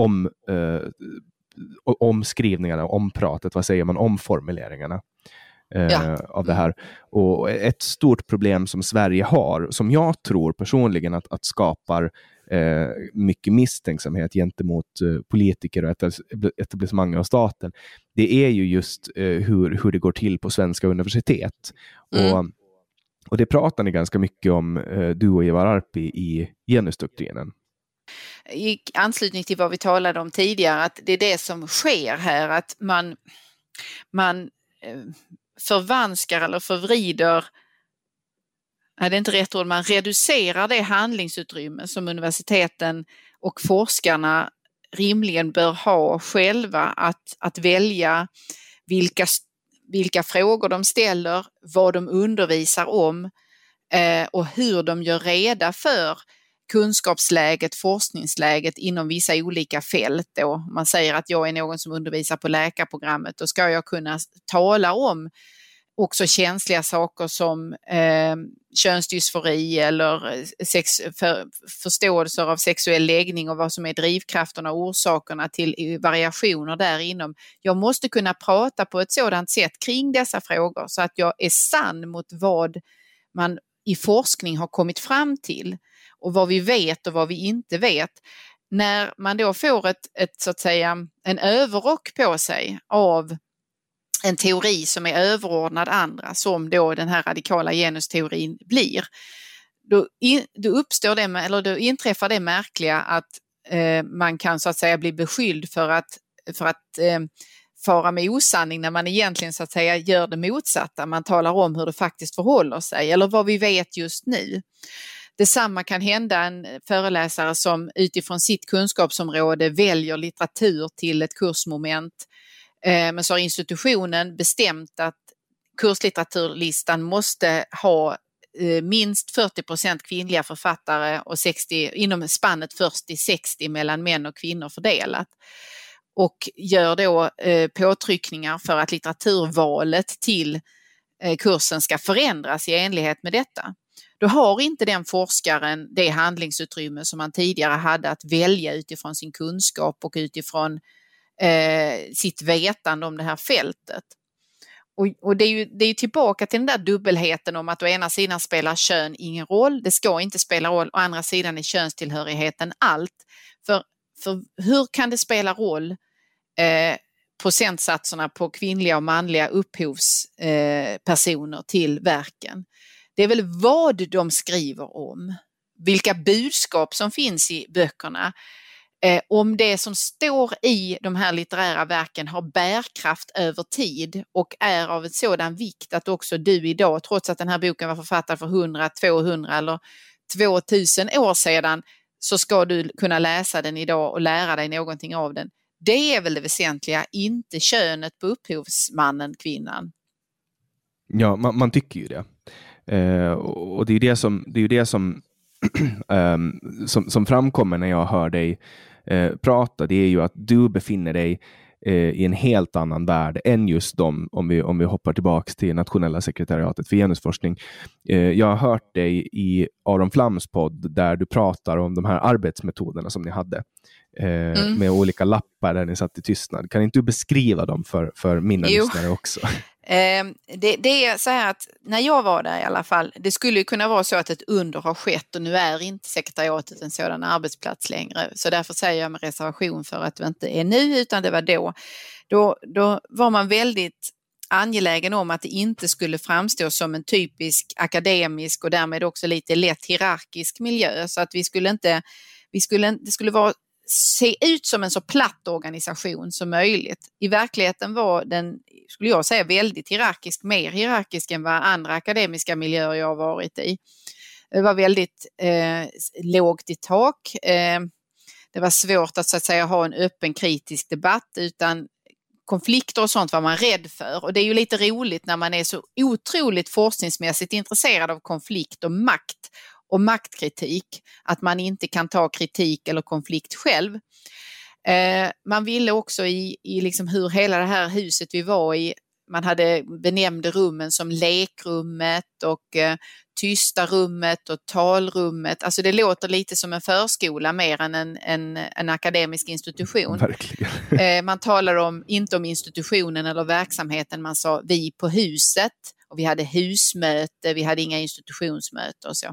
omskrivningarna, ompratet, vad säger man, omformuleringarna av det här. Och ett stort problem som Sverige har, som jag tror personligen att skapar mycket misstänksamhet gentemot politiker och etablissemang av staten, det är ju just hur det går till på svenska universitet. Och det pratar ni ganska mycket om, du och Ivar Arpi, i genusdoktrinen. I anslutning till vad vi talade om tidigare, att det är det som sker här, att man förvanskar eller förvrider, det är inte rätt ord, man reducerar det handlingsutrymme som universiteten och forskarna rimligen bör ha själva att välja vilka frågor de ställer, vad de undervisar om och hur de gör reda för kunskapsläget, forskningsläget inom vissa olika fält. Då. Man säger att jag är någon som undervisar på läkarprogrammet, då ska jag kunna tala om också känsliga saker som könsdysfori eller förståelser av sexuell läggning och vad som är drivkrafterna och orsakerna till variationer där inom. Jag måste kunna prata på ett sådant sätt kring dessa frågor så att jag är sann mot vad man i forskning har kommit fram till och vad vi vet och vad vi inte vet. När man då får så att säga, en överrock på sig av en teori som är överordnad andra, som då den här radikala genusteorin blir, då inträffar det märkliga att man kan så att säga bli beskylld för att fara med osanning när man egentligen så att säga gör det motsatta. Man talar om hur det faktiskt förhåller sig eller vad vi vet just nu. Detsamma kan hända en föreläsare som utifrån sitt kunskapsområde väljer litteratur till ett kursmoment. Men så har institutionen bestämt att kurslitteraturlistan måste ha minst 40% kvinnliga författare och 60, inom spannet 40-60 mellan män och kvinnor fördelat. Och gör då påtryckningar för att litteraturvalet till kursen ska förändras i enlighet med detta. Då har inte den forskaren det handlingsutrymme som man tidigare hade att välja utifrån sin kunskap och utifrån sitt vetande om det här fältet. Och det är ju tillbaka till den där dubbelheten om att å ena sidan spelar kön ingen roll, det ska inte spela roll, å andra sidan är könstillhörigheten allt. För hur kan det spela roll procentsatserna på kvinnliga och manliga upphovspersoner till verken? Det är väl vad de skriver om, vilka budskap som finns i böckerna. Om det som står i de här litterära verken har bärkraft över tid och är av en sådan vikt att också du idag, trots att den här boken var författad för 100, 200 eller 2000 år sedan, så ska du kunna läsa den idag och lära dig någonting av den. Det är väl det väsentliga, inte könet på upphovsmannen, kvinnan. Ja, man tycker ju det. Och det är ju det som som framkommer när jag hör dig prata. Det är ju att du befinner dig i en helt annan värld än just dem, om vi hoppar tillbaka till Nationella sekretariatet för genusforskning. Jag har hört dig i Aron Flams podd där du pratar om de här arbetsmetoderna som ni hade med olika lappar där ni satt i tystnad. Kan inte du beskriva dem för mina lyssnare också? Det är så här att när jag var där i alla fall, det skulle ju kunna vara så att ett under har skett och nu är inte sekretariatet en sådan arbetsplats längre. Så därför säger jag med reservation för att det inte är nu utan det var då. Då var man väldigt angelägen om att det inte skulle framstå som en typisk akademisk och därmed också lite lätt hierarkisk miljö. Så att det skulle se ut som en så platt organisation som möjligt. I verkligheten var den, skulle jag säga, väldigt hierarkisk, mer hierarkisk än vad andra akademiska miljöer jag har varit i. Det var väldigt lågt i tak. Det var svårt att så att säga ha en öppen kritisk debatt, utan konflikter och sånt var man rädd för. Och det är ju lite roligt när man är så otroligt forskningsmässigt intresserad av konflikt och makt och maktkritik, att man inte kan ta kritik eller konflikt själv. Man ville också i liksom hur hela det här huset vi var i, man hade benämnde rummen som lekrummet och tysta rummet och talrummet. Alltså det låter lite som en förskola mer än en akademisk institution. Verkligen. Man talar inte om institutionen eller verksamheten, man sa vi på huset och vi hade husmöte, vi hade inga institutionsmöte och så.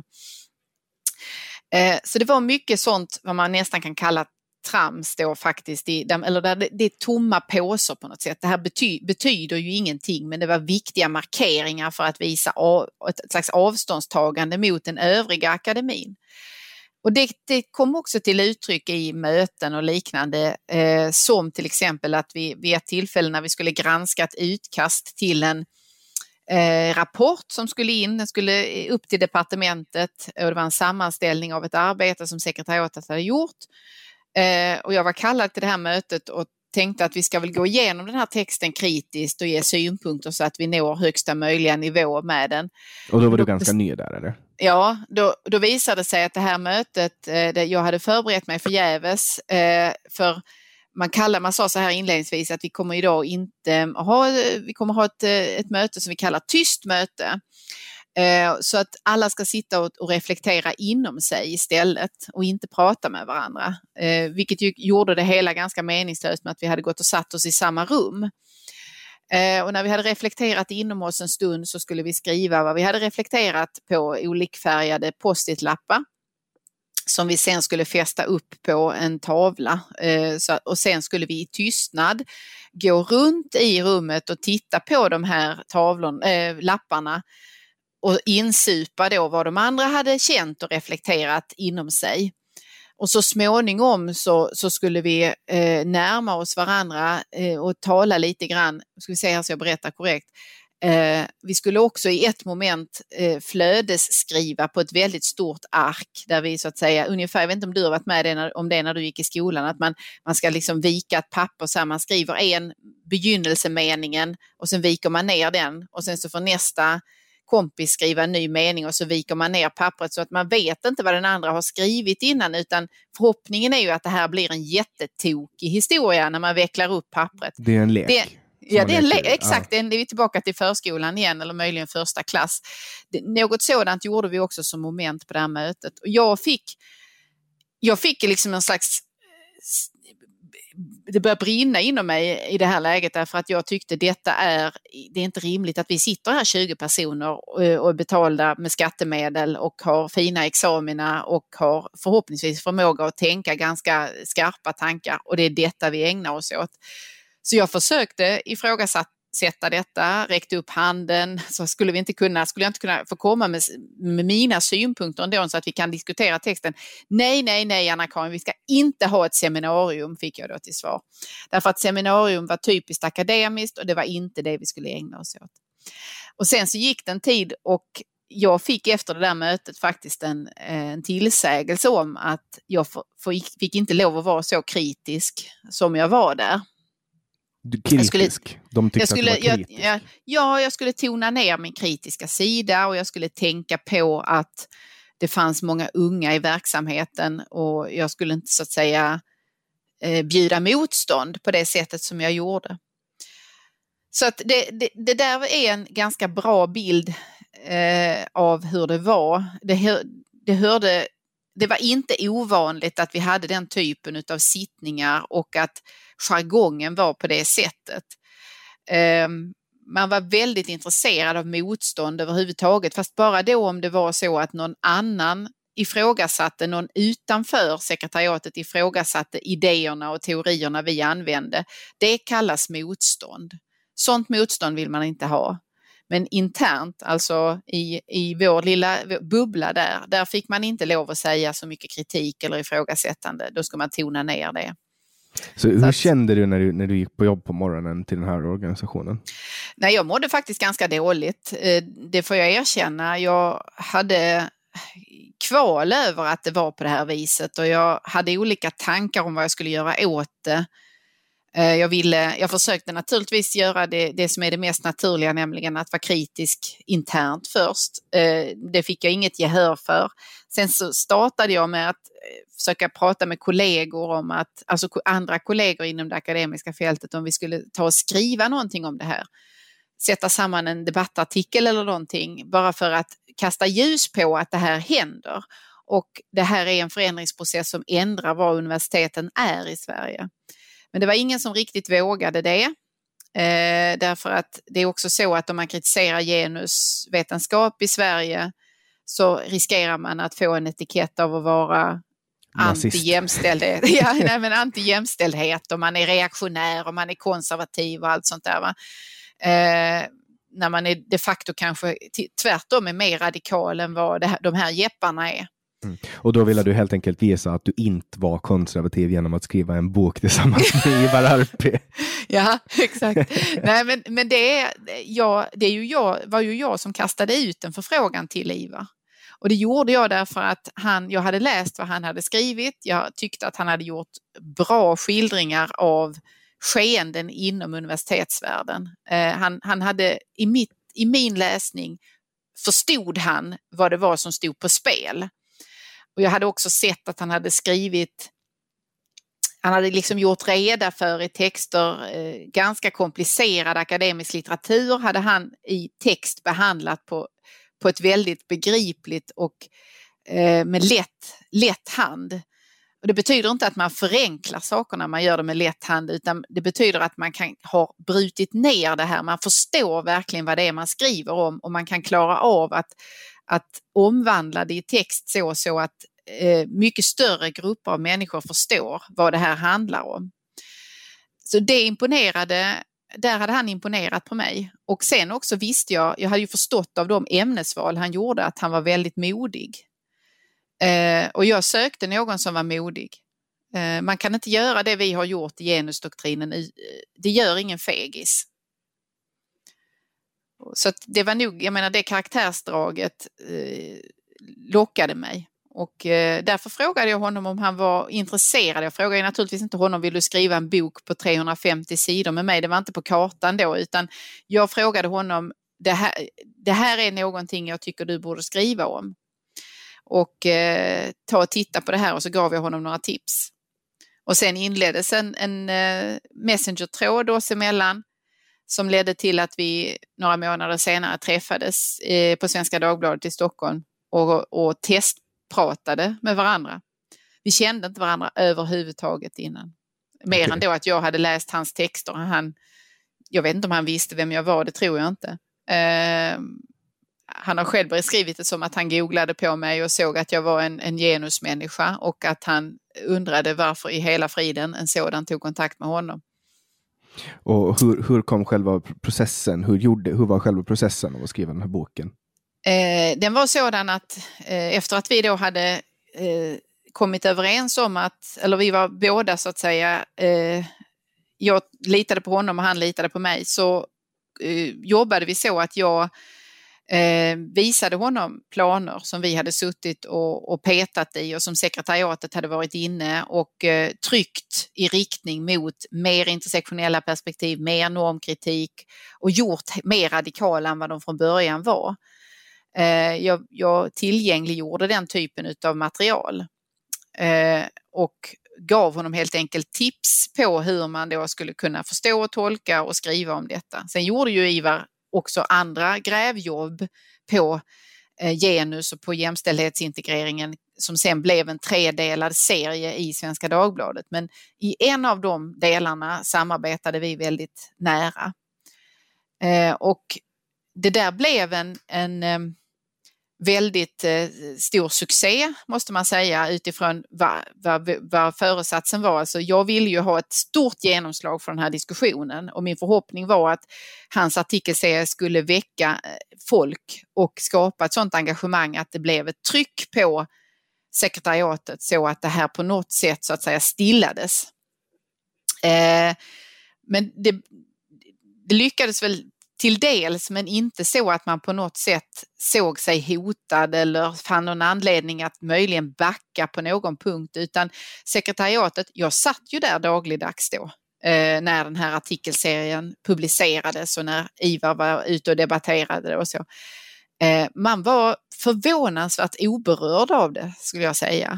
Så det var mycket sånt vad man nästan kan kalla trams då faktiskt, eller där det är tomma påsar på något sätt. Det här betyder ju ingenting, men det var viktiga markeringar för att visa ett slags avståndstagande mot den övriga akademin. Och det kom också till uttryck i möten och liknande, som till exempel att vi vid ett tillfälle när vi skulle granska ett utkast till en rapport som skulle in, den skulle upp till departementet och det var en sammanställning av ett arbete som sekretariatet hade gjort. Och jag var kallad till det här mötet och tänkte att vi ska väl gå igenom den här texten kritiskt och ge synpunkter så att vi når högsta möjliga nivå med den. Och då var du ganska ny där, eller? Ja, då visade det sig att det här mötet, jag hade förberett mig förgäves, för man sa så här inledningsvis att vi kommer idag vi kommer ha ett möte som vi kallar tyst möte. Så att alla ska sitta och reflektera inom sig istället och inte prata med varandra. Vilket ju gjorde det hela ganska meningslöst med att vi hade gått och satt oss i samma rum. Och när vi hade reflekterat inom oss en stund så skulle vi skriva vad vi hade reflekterat på olikfärgade post-it-lappar som vi sen skulle fästa upp på en tavla. Och sen skulle vi i tystnad gå runt i rummet och titta på de här lapparna och insupa då vad de andra hade känt och reflekterat inom sig. Och så småningom så skulle vi närma oss varandra och tala lite grann, ska vi se här så jag berättar korrekt, Vi skulle också i ett moment flödesskriva på ett väldigt stort ark där vi så att säga ungefär, jag vet inte om du har varit med om det när du gick i skolan, att man ska liksom vika ett papper så här, man skriver en begynnelsemeningen och sen viker man ner den och sen så får nästa kompis skriva en ny mening och så viker man ner pappret så att man vet inte vad den andra har skrivit innan, utan förhoppningen är ju att det här blir en jättetokig historia när man vecklar upp pappret. Det är en lek. Det är en lek, exakt. Ja. Det är vi tillbaka till förskolan igen eller möjligen första klass. Något sådant gjorde vi också som moment på det här mötet. Och jag fick liksom en slags, det började brinna inom mig i det här läget därför att jag tyckte det är inte rimligt att vi sitter här 20 personer och är betalda med skattemedel och har fina examina och har förhoppningsvis förmåga att tänka ganska skarpa tankar, och det är detta vi ägnar oss åt. Så jag försökte ifrågasätta detta, räckte upp handen, så skulle jag inte kunna få komma med mina synpunkter ändå så att vi kan diskutera texten. Nej Anna-Karin, vi ska inte ha ett seminarium, fick jag då till svar. Därför att seminarium var typiskt akademiskt och det var inte det vi skulle ägna oss åt. Och sen så gick det en tid och jag fick efter det där mötet faktiskt en tillsägelse om att jag fick inte lov att vara så kritisk som jag var där. Kritisk? De tyckte att du var kritisk? Jag skulle tona ner min kritiska sida och jag skulle tänka på att det fanns många unga i verksamheten och jag skulle inte så att säga bjuda motstånd på det sättet som jag gjorde. Så att det där är en ganska bra bild av hur det var. Det var inte ovanligt att vi hade den typen av sittningar och att jargongen var på det sättet. Man var väldigt intresserad av motstånd överhuvudtaget, fast bara då om det var så att någon annan ifrågasatte, någon utanför sekretariatet ifrågasatte idéerna och teorierna vi använde. Det kallas motstånd. Sånt motstånd vill man inte ha. Men internt, alltså i vår lilla bubbla där fick man inte lov att säga så mycket kritik eller ifrågasättande. Då ska man tona ner det. Så hur kände du när du gick på jobb på morgonen till den här organisationen? Nej, jag mådde faktiskt ganska dåligt. Det får jag erkänna. Jag hade kval över att det var på det här viset och jag hade olika tankar om vad jag skulle göra åt det. Jag försökte naturligtvis göra det som är det mest naturliga, nämligen att vara kritisk internt först. Det fick jag inget gehör för. Sen så startade jag med att försöka prata med kollegor om att, alltså andra kollegor inom det akademiska fältet, om vi skulle ta och skriva någonting om det här. Sätta samman en debattartikel eller någonting bara för att kasta ljus på att det här händer. Och det här är en förändringsprocess som ändrar vad universiteten är i Sverige. Men det var ingen som riktigt vågade det. Därför att det är också så att om man kritiserar genusvetenskap i Sverige så riskerar man att få en etikett av att vara anti-jämställdhet. Anti-jämställdhet, och man är reaktionär och man är konservativ och allt sånt där. Va? När man är de facto kanske tvärtom är mer radikal än vad de här jepparna är. Mm. Och då ville du helt enkelt visa att du inte var konservativ genom att skriva en bok tillsammans med Ivar Arpi. Ja, exakt. Nej, men var ju jag som kastade ut en förfrågan till Ivar. Och det gjorde jag därför att jag hade läst vad han hade skrivit. Jag tyckte att han hade gjort bra skildringar av skeenden inom universitetsvärlden. Han hade i min läsning förstod han vad det var som stod på spel. Och jag hade också sett att han hade liksom gjort reda för i texter ganska komplicerad akademisk litteratur hade han i text behandlat på ett väldigt begripligt och med lätt hand. Och det betyder inte att man förenklar saker när man gör det med lätt hand, utan det betyder att man kan ha brutit ner det här. Man förstår verkligen vad det är man skriver om och man kan klara av att omvandla det i text så att mycket större grupper av människor förstår vad det här handlar om. Så det imponerade, där hade han imponerat på mig. Och sen också visste jag hade ju förstått av de ämnesval han gjorde att han var väldigt modig. Och jag sökte någon som var modig. Man kan inte göra det vi har gjort i genusdoktrinen. Det gör ingen fegis. Så att det var nog, jag menar det karaktärsdraget lockade mig. Och därför frågade jag honom om han var intresserad. Jag frågade naturligtvis inte honom, vill du skriva en bok på 350 sidor med mig? Det var inte på kartan då, utan jag frågade honom, det här är någonting jag tycker du borde skriva om. Och ta och titta på det här, och så gav jag honom några tips. Och sen inleddes en messenger-tråd oss emellan som ledde till att vi några månader senare träffades på Svenska Dagbladet i Stockholm och testpratade med varandra. Vi kände inte varandra överhuvudtaget innan. Mer än då att jag hade läst hans texter. Jag vet inte om han visste vem jag var, det tror jag inte. Han har själv beskrivit det som att han googlade på mig och såg att jag var en genusmänniska, och att han undrade varför i hela friden en sådan tog kontakt med honom. Och hur kom själva processen? Hur var själva processen av att skriva den här boken? Den var sådan att efter att vi då hade kommit överens om att, eller vi var båda så att säga, jag litade på honom och han litade på mig, så jobbade vi så att jag visade honom planer som vi hade suttit och petat i och som sekretariatet hade varit inne och tryckt i riktning mot mer intersektionella perspektiv, mer normkritik och gjort mer radikala än vad de från början var. Jag tillgängliggjorde den typen av material och gav honom helt enkelt tips på hur man då skulle kunna förstå och tolka och skriva om detta. Sen gjorde ju Ivar också andra grävjobb på genus och på jämställdhetsintegreringen som sen blev en 3-delad serie i Svenska Dagbladet. Men i en av de delarna samarbetade vi väldigt nära. Och det där blev en väldigt stor succé, måste man säga, utifrån vad föresatsen var. Alltså jag ville ju ha ett stort genomslag för den här diskussionen, och min förhoppning var att hans artikelserie skulle väcka folk och skapa ett sådant engagemang att det blev ett tryck på sekretariatet så att det här på något sätt så att säga stillades. Men det lyckades väl till dels, men inte så att man på något sätt såg sig hotad eller fann någon anledning att möjligen backa på någon punkt, utan sekretariatet, jag satt ju där dagligdags då när den här artikelserien publicerades och när Ivar var ute och debatterade och så. Man var förvånansvärt oberörd av det, skulle jag säga.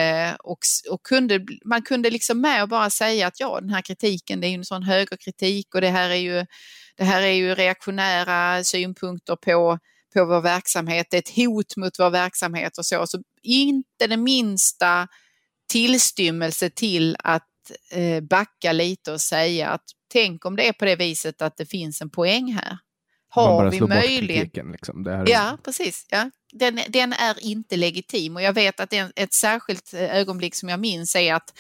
Man kunde liksom med och bara säga att ja, den här kritiken, det är ju en sån högerkritik och det här är ju reaktionära synpunkter på vår verksamhet, det är ett hot mot vår verksamhet och så. Så inte den minsta tillstymmelse till att backa lite och säga att tänk om det är på det viset att det finns en poäng här. Har vi möjlighet? Liksom. Ja, precis. Ja. Den är inte legitim, och jag vet att ett särskilt ögonblick som jag minns är att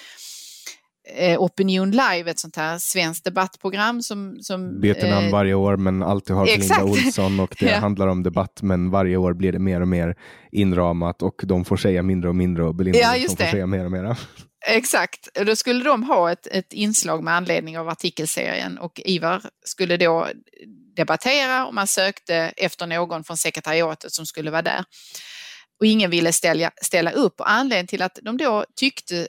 Opinion Live, ett sånt här svenskt debattprogram som byter namn varje år men alltid har Linda Olsson, och det handlar om debatt, men varje år blir det mer och mer inramat och de får säga mindre och mindre och Belinda får säga mer och mer. Exakt, då skulle de ha ett inslag med anledning av artikelserien, och Ivar skulle då debattera och man sökte efter någon från sekretariatet som skulle vara där. Och ingen ville ställa upp, och anledningen till att de då tyckte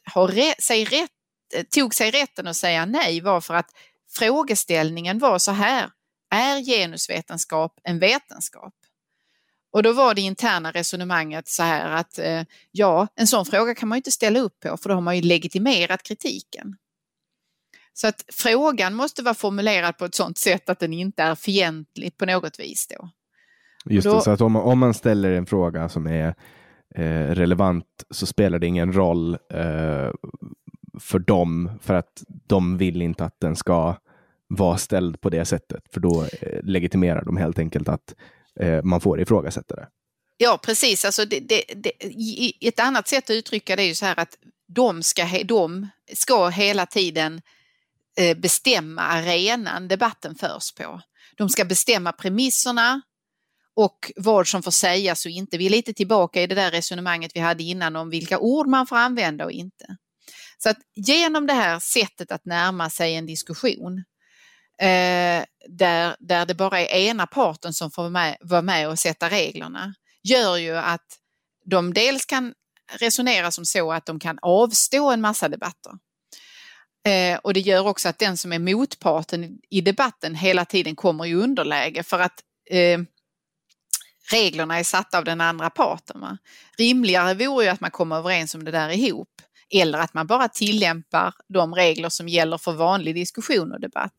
tog sig rätten att säga nej var för att frågeställningen var så här: är genusvetenskap en vetenskap? Och då var det interna resonemanget så här att en sån fråga kan man ju inte ställa upp på, för då har man ju legitimerat kritiken. Så att frågan måste vara formulerad på ett sånt sätt att den inte är fientlig på något vis då. Just det, så att om man ställer en fråga som är relevant så spelar det ingen roll för dem, för att de vill inte att den ska vara ställd på det sättet, för då legitimerar de helt enkelt att man får ifrågasätta det. Ja, precis. Alltså ett annat sätt att uttrycka det är ju så här att de ska hela tiden bestämma arenan debatten förs på. De ska bestämma premisserna och vad som får sägas och inte. Vi är lite tillbaka i det där resonemanget vi hade innan om vilka ord man får använda och inte. Så att genom det här sättet att närma sig en diskussion där det bara är ena parten som får vara med och sätta reglerna, gör ju att de dels kan resonera som så att de kan avstå en massa debatter. Och det gör också att den som är motparten i debatten hela tiden kommer i underläge för att reglerna är satta av den andra parten. Va? Rimligare vore ju att man kommer överens om det där ihop, eller att man bara tillämpar de regler som gäller för vanlig diskussion och debatt.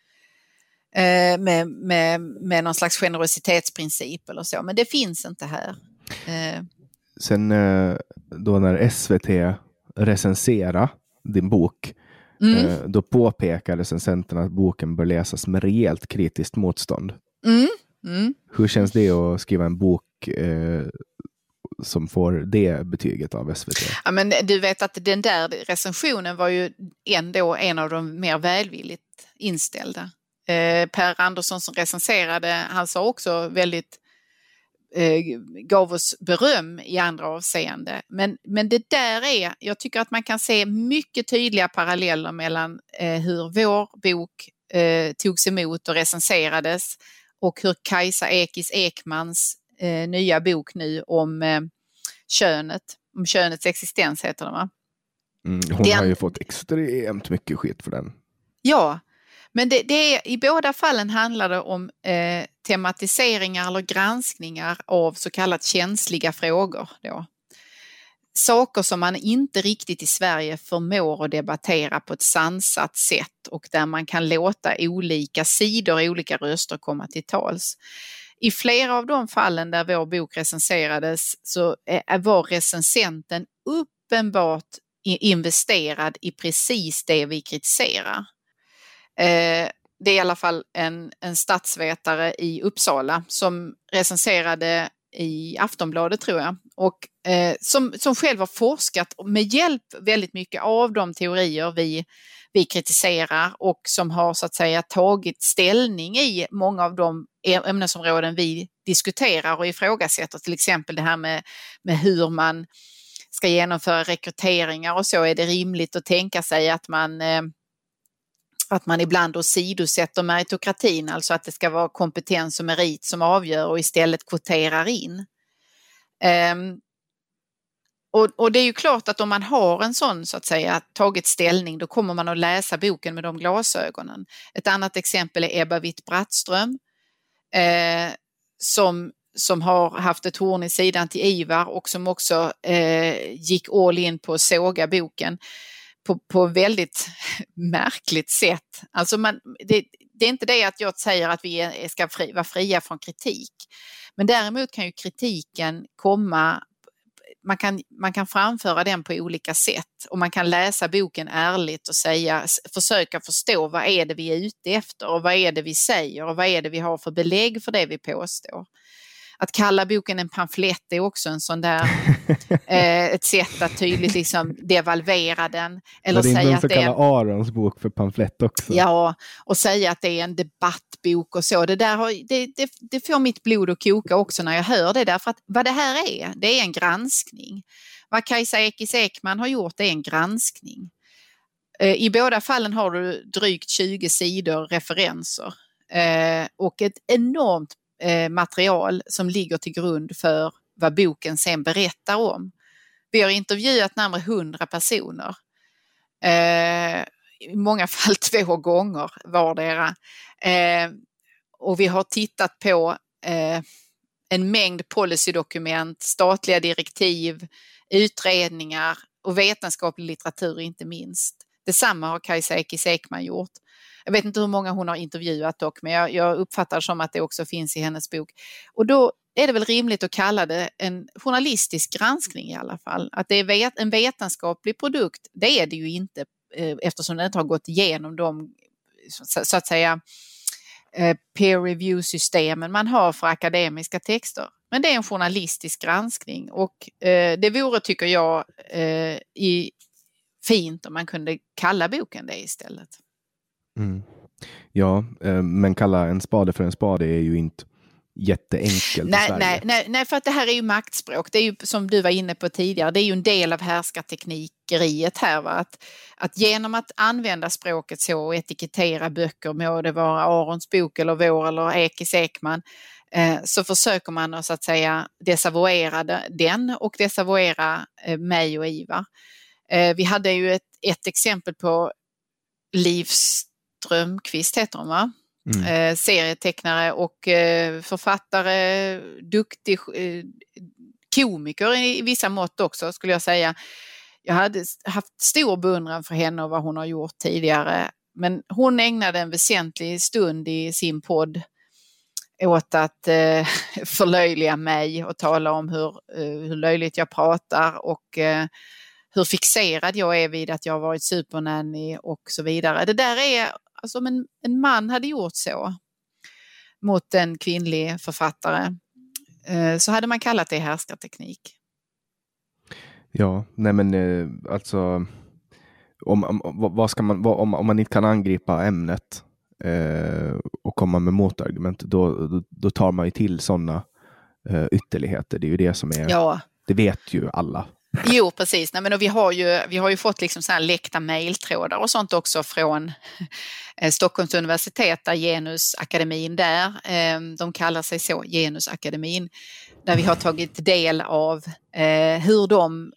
Med någon slags generositetsprincip eller så, men det finns inte här. Sen då när SVT recenserar din bok, då påpekar recensenten att boken bör läsas med rejält kritiskt motstånd. Hur känns det att skriva en bok som får det betyget av SVT? Ja, men du vet att den där recensionen var ju ändå en av de mer välvilligt inställda. Per Andersson som recenserade, han sa också väldigt gav oss beröm i andra avseende. Men det där jag tycker att man kan se mycket tydliga paralleller mellan hur vår bok togs emot och recenserades och hur Kajsa Ekis Ekmans nya bok nu om könets existens heter den, va? Hon har ju fått extremt mycket skit för den. Ja, men det är, i båda fallen handlar det om tematiseringar eller granskningar av så kallat känsliga frågor. Då. Saker som man inte riktigt i Sverige förmår att debattera på ett sansat sätt och där man kan låta olika sidor, olika röster komma till tals. I flera av de fallen där vår bok recenserades så var recensenten uppenbart investerad i precis det vi kritiserar. Det är i alla fall en statsvetare i Uppsala som recenserade i Aftonbladet tror jag och som själv har forskat med hjälp väldigt mycket av de teorier vi kritiserar och som har så att säga tagit ställning i många av de ämnesområden vi diskuterar och ifrågasätter, till exempel det här med hur man ska genomföra rekryteringar och så är det rimligt att tänka sig att man ibland åsidosätter meritokratin, alltså att det ska vara kompetens och merit som avgör och istället kvoterar in. Och det är ju klart att om man har en sån så att säga tagit ställning då kommer man att läsa boken med de glasögonen. Ett annat exempel är Ebba Witt-Brattström som har haft ett horn i sidan till Ivar och som också gick all in på att såga boken på väldigt märkligt sätt. Alltså det är inte det att jag säger att vi ska vara fria från kritik. Men däremot kan ju kritiken komma, man kan framföra den på olika sätt och man kan läsa boken ärligt och försöka förstå vad är det vi är ute efter och vad är det vi säger och vad är det vi har för belägg för det vi påstår. Att kalla boken en pamflett är också en sån där ett sätt att tydligt liksom devalvera den. Eller säga att det är Arons bok för pamflett också. Ja, och säga att det är en debattbok och så. Det får mitt blod att koka också när jag hör det. Därför att vad det här är, det är en granskning. Vad Kajsa Ekis Ekman har gjort är en granskning. I båda fallen har du drygt 20 sidor referenser och ett enormt material som ligger till grund för vad boken sen berättar om. Vi har intervjuat närmare 100 personer. I många fall 2 gånger vardera. Och vi har tittat på en mängd policydokument, statliga direktiv, utredningar och vetenskaplig litteratur inte minst. Detsamma har Kajsa Ekis Ekman gjort. Jag vet inte hur många hon har intervjuat dock, men jag uppfattar som att det också finns i hennes bok. Och då är det väl rimligt att kalla det en journalistisk granskning i alla fall. Att det är en vetenskaplig produkt, det är det ju inte eftersom den inte har gått igenom de så att säga peer review-systemen man har för akademiska texter. Men det är en journalistisk granskning och det vore, tycker jag, fint om man kunde kalla boken det istället. Ja, men kalla en spade för en spade är ju inte jätteenkelt i Sverige. Nej, för att det här är ju maktspråk. Det är ju som du var inne på tidigare, det är ju en del av härskarteknikeriet här. Va? Att genom att använda språket så och etikettera böcker, må det vara Arons bok eller vår eller Ekis Ekman, så försöker man att, så att säga, desavouera den och desavouera mig och Ivar. Vi hade ju ett exempel på Liv Strömquist heter hon, va? Serietecknare och författare, duktig komiker i vissa mått också, skulle jag säga. Jag hade haft stor beundran för henne och vad hon har gjort tidigare, men hon ägnade en väsentlig stund i sin podd åt att förlöjliga mig och tala om hur löjligt jag pratar och hur fixerad jag är vid att jag har varit supernanny och så vidare. Det där är, alltså om en man hade gjort så mot en kvinnlig författare, så hade man kallat det härskarteknik. Ja, nej men alltså om man inte kan angripa ämnet och komma med motargument, då tar man ju till sådana ytterligheter. Det är ju det som är, det vet ju alla. Jo, precis. Nej, men och vi har ju fått liksom så här läckta mejltrådar och sånt också från Stockholms universitet, där Genusakademin där, de kallar sig så, Genusakademin, där vi har tagit del av hur de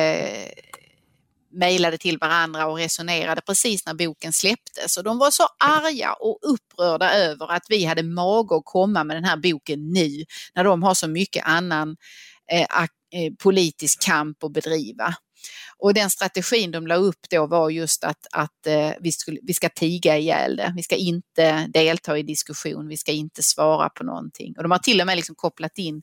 mejlade till varandra och resonerade precis när boken släpptes. Och de var så arga och upprörda över att vi hade mage att komma med den här boken nu, när de har så mycket annan politisk kamp att bedriva. Och den strategin de la upp då var just att vi ska tiga ihjäl det. Vi ska inte delta i diskussion, vi ska inte svara på någonting. Och de har till och med liksom kopplat in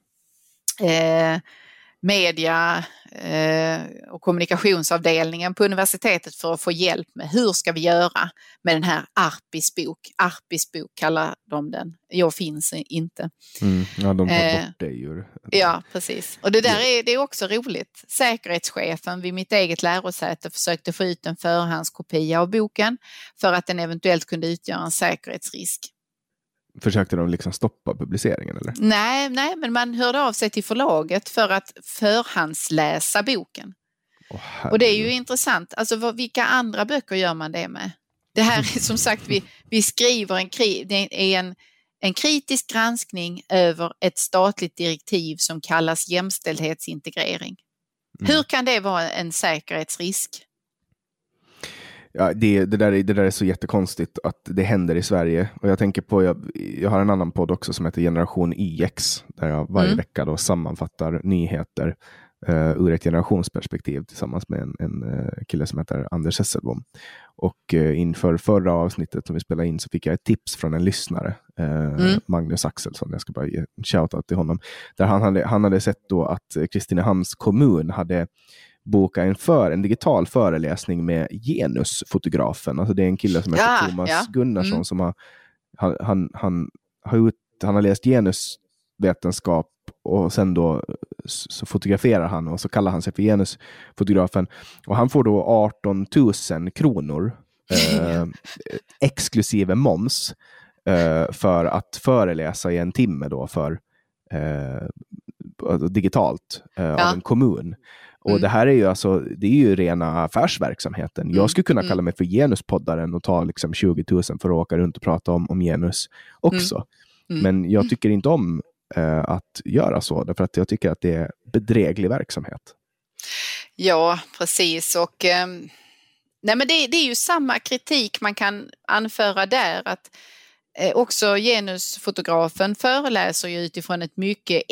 media och kommunikationsavdelningen på universitetet för att få hjälp med hur ska vi göra med den här Arpis bok. Arpis bok kallar de den. Jag finns inte. Ja, de tar bort det ju. Ja, precis. Och det där det är också roligt. Säkerhetschefen vid mitt eget lärosäte försökte få ut en förhandskopia av boken för att den eventuellt kunde utgöra en säkerhetsrisk. Försökte de liksom stoppa publiceringen eller? Nej, men man hörde av sig till förlaget för att förhandsläsa boken. Och det är ju intressant. Alltså vilka andra böcker gör man det med? Det här är som sagt, vi skriver en kritisk granskning över ett statligt direktiv som kallas jämställdhetsintegrering. Hur kan det vara en säkerhetsrisk? Ja, det där är så jättekonstigt att det händer i Sverige. Och jag tänker på, jag har en annan podd också som heter Generation YX, där jag varje vecka då sammanfattar nyheter ur ett generationsperspektiv tillsammans med en kille som heter Anders Hesselbom. Och inför förra avsnittet som vi spelade in så fick jag ett tips från en lyssnare, Magnus Axelsson. Jag ska bara ge en shoutout till honom. Där han hade sett då att Kristinehamns kommun hade bokat en digital föreläsning med genusfotografen. Alltså det är en kille som heter Thomas Gunnarsson som han har läst genusvetenskap och sen då så fotograferar han och så kallar han sig för genusfotografen. Och han får då 18 000 kronor exklusive moms för att föreläsa i en timme då för digitalt av en kommun. Och det här är ju det är ju rena affärsverksamheten. Jag skulle kunna kalla mig för genuspoddaren och ta liksom 20 000 för att åka runt och prata om genus också. Men jag tycker inte om att göra så, därför att jag tycker att det är bedräglig verksamhet. Ja, precis. Och nej, men det är ju samma kritik man kan anföra där, att också genusfotografen föreläser ju utifrån ett mycket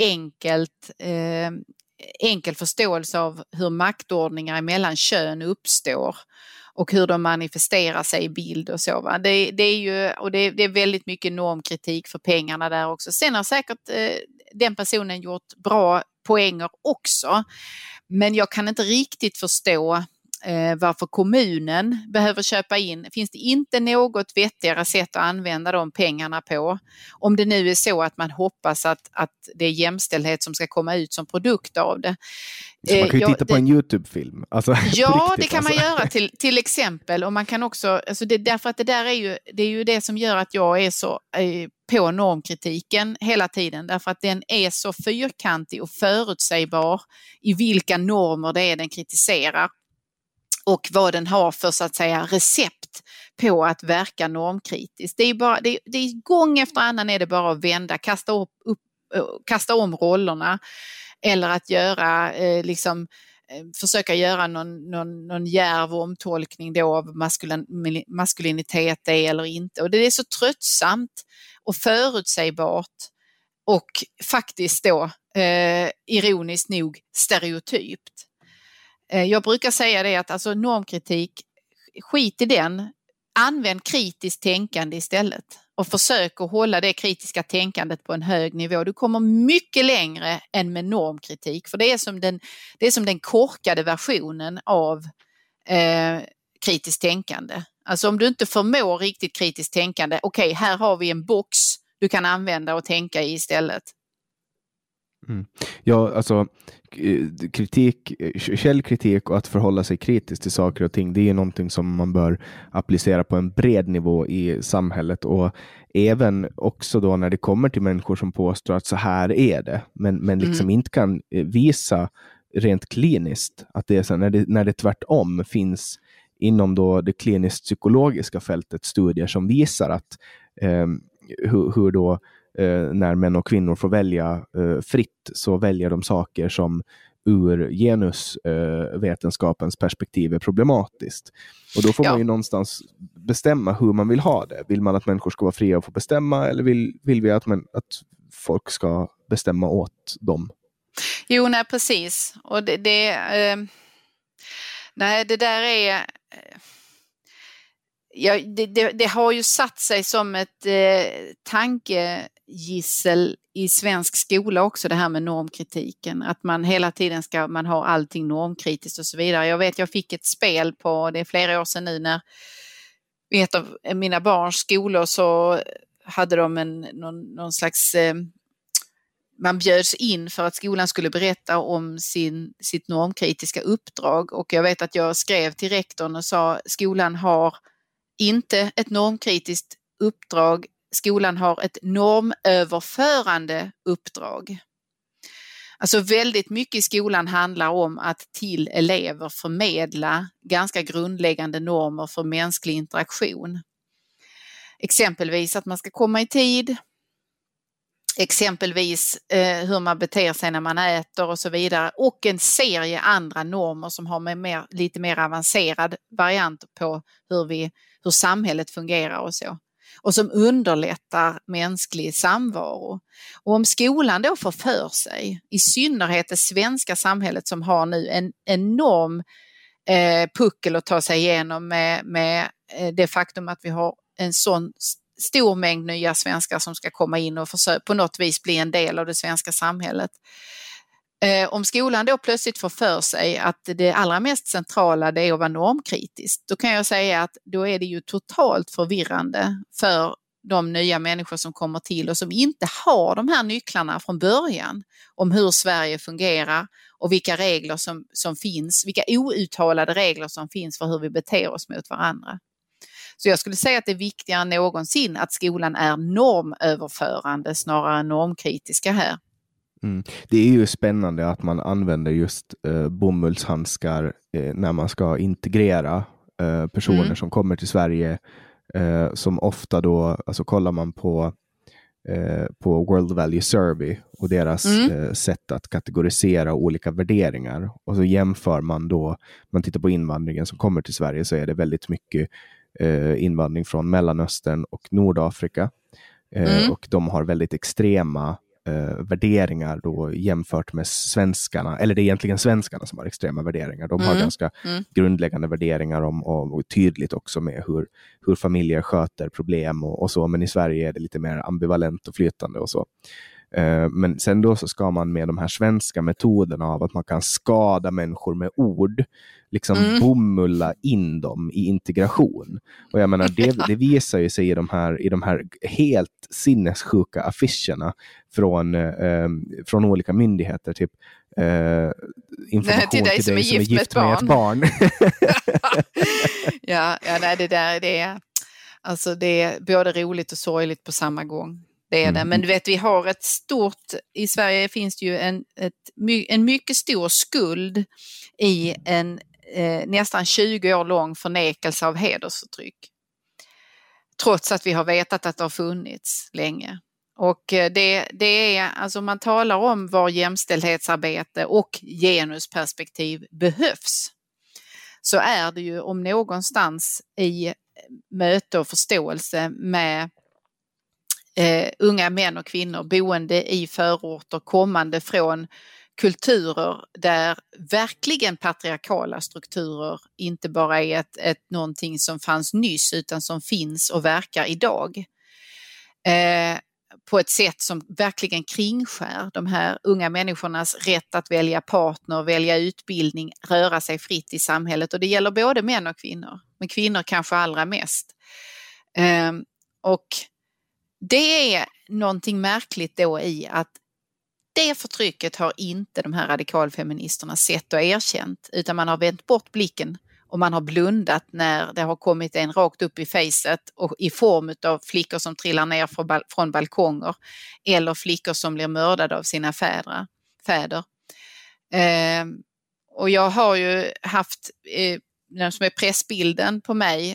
enkel förståelse av hur maktordningar mellan kön uppstår och hur de manifesterar sig i bild och så. Va? Det är väldigt mycket normkritik för pengarna där också. Sen har säkert den personen gjort bra poänger också, men jag kan inte riktigt förstå varför kommunen behöver köpa in. Finns det inte något vettigare sätt att använda de pengarna på? Om det nu är så att man hoppas att det är jämställdhet som ska komma ut som produkt av det. Så man kan ju titta på en YouTube-film. Alltså, ja, riktigt, det kan man göra till exempel. Och man kan också, därför att det är ju det som gör att jag är så på normkritiken hela tiden, därför att den är så fyrkantig och förutsägbar i vilka normer det är den kritiserar och vad den har för, så att säga, recept på att verka normkritiskt. Det är gång efter annan är det bara att vända, kasta om rollerna, eller att göra försöka göra någon djärv omtolkning då av maskulinitet det eller inte. Och det är så tröttsamt och förutsägbart och faktiskt då ironiskt nog stereotypt. Jag brukar säga det att alltså normkritik, skit i den, använd kritiskt tänkande istället och försök att hålla det kritiska tänkandet på en hög nivå. Du kommer mycket längre än med normkritik, för det är som den korkade versionen av kritiskt tänkande. Alltså om du inte förmår riktigt kritiskt tänkande, okej, här har vi en box du kan använda och tänka i istället. Mm. Ja, alltså källkritik och att förhålla sig kritiskt till saker och ting, det är någonting som man bör applicera på en bred nivå i samhället, och även också då när det kommer till människor som påstår att så här är det, men liksom inte kan visa rent kliniskt att det är så, när det tvärtom finns inom då det kliniskt psykologiska fältet studier som visar att hur då när män och kvinnor får välja fritt, så väljer de saker som ur genusvetenskapens perspektiv är problematiskt. Och då får man ju någonstans bestämma hur man vill ha det. Vill man att människor ska vara fria och få bestämma, eller vill vi att folk ska bestämma åt dem? Jo, nej, precis. Och det där är... Ja, det har ju satt sig som ett tankegissel i svensk skola också, det här med normkritiken. Att man hela tiden man har allting normkritiskt och så vidare. Jag fick ett spel på, det är flera år sedan nu, när vid ett av mina barns skolor så hade de någon slags... Man bjöds in för att skolan skulle berätta om sitt normkritiska uppdrag. Och jag vet att jag skrev till rektorn och sa, skolan har inte ett normkritiskt uppdrag, skolan har ett normöverförande uppdrag. Alltså väldigt mycket i skolan handlar om att till elever förmedla ganska grundläggande normer för mänsklig interaktion. Exempelvis att man ska komma i tid, exempelvis hur man beter sig när man äter och så vidare, och en serie andra normer som har lite mer avancerad variant på hur samhället fungerar och så. Och som underlättar mänsklig samvaro. Och om skolan då får för sig, i synnerhet det svenska samhället som har nu en enorm puckel att ta sig igenom med det faktum att vi har en sån stor mängd nya svenskar som ska komma in och försöka på något vis bli en del av det svenska samhället. Om skolan då plötsligt får för sig att det allra mest centrala det är att vara normkritiskt, då kan jag säga att då är det ju totalt förvirrande för de nya människor som kommer till och som inte har de här nycklarna från början om hur Sverige fungerar och vilka regler som finns, vilka outtalade regler som finns för hur vi beter oss mot varandra. Så jag skulle säga att det är viktigare än någonsin att skolan är normöverförande snarare än normkritiska här. Mm. Det är ju spännande att man använder just bomullshandskar när man ska integrera personer som kommer till Sverige, som ofta då, alltså kollar man på World Value Survey och deras sätt att kategorisera olika värderingar, och så jämför man då, man tittar på invandringen som kommer till Sverige, så är det väldigt mycket invandring från Mellanöstern och Nordafrika, och de har väldigt extrema värderingar då jämfört med svenskarna, eller det är egentligen svenskarna som har extrema värderingar. De har ganska grundläggande värderingar och tydligt också med hur familjer sköter problem och så, men i Sverige är det lite mer ambivalent och flytande och så. Men sen då så ska man med de här svenska metoderna av att man kan skada människor med ord, liksom bomulla in dem i integration. Och jag menar, det visar ju sig i de här helt sinnessjuka affischerna från olika myndigheter, typ information till dig som är gift med ett barn. ja, nej, det är både roligt och sorgligt på samma gång. Det är det. Men du vet, vi har ett stort, i Sverige finns det ju en mycket stor skuld i en nästan 20 år lång förnekelse av hedersförtryck. Trots att vi har vetat att det har funnits länge. Och det är, alltså man talar om var jämställdhetsarbete och genusperspektiv behövs. Så är det ju om någonstans i möte och förståelse med unga män och kvinnor boende i förorter, kommande från kulturer där verkligen patriarkala strukturer inte bara är någonting som fanns nyss utan som finns och verkar idag. På ett sätt som verkligen kringskär de här unga människornas rätt att välja partner, välja utbildning, röra sig fritt i samhället. Och det gäller både män och kvinnor, men kvinnor kanske allra mest. Och det är någonting märkligt då i att det förtrycket har inte de här radikalfeministerna sett och erkänt, utan man har vänt bort blicken och man har blundat när det har kommit en rakt upp i facet och i form av flickor som trillar ner från balkonger eller flickor som blir mördade av sina fäder. Och jag har ju haft den som är pressbilden på mig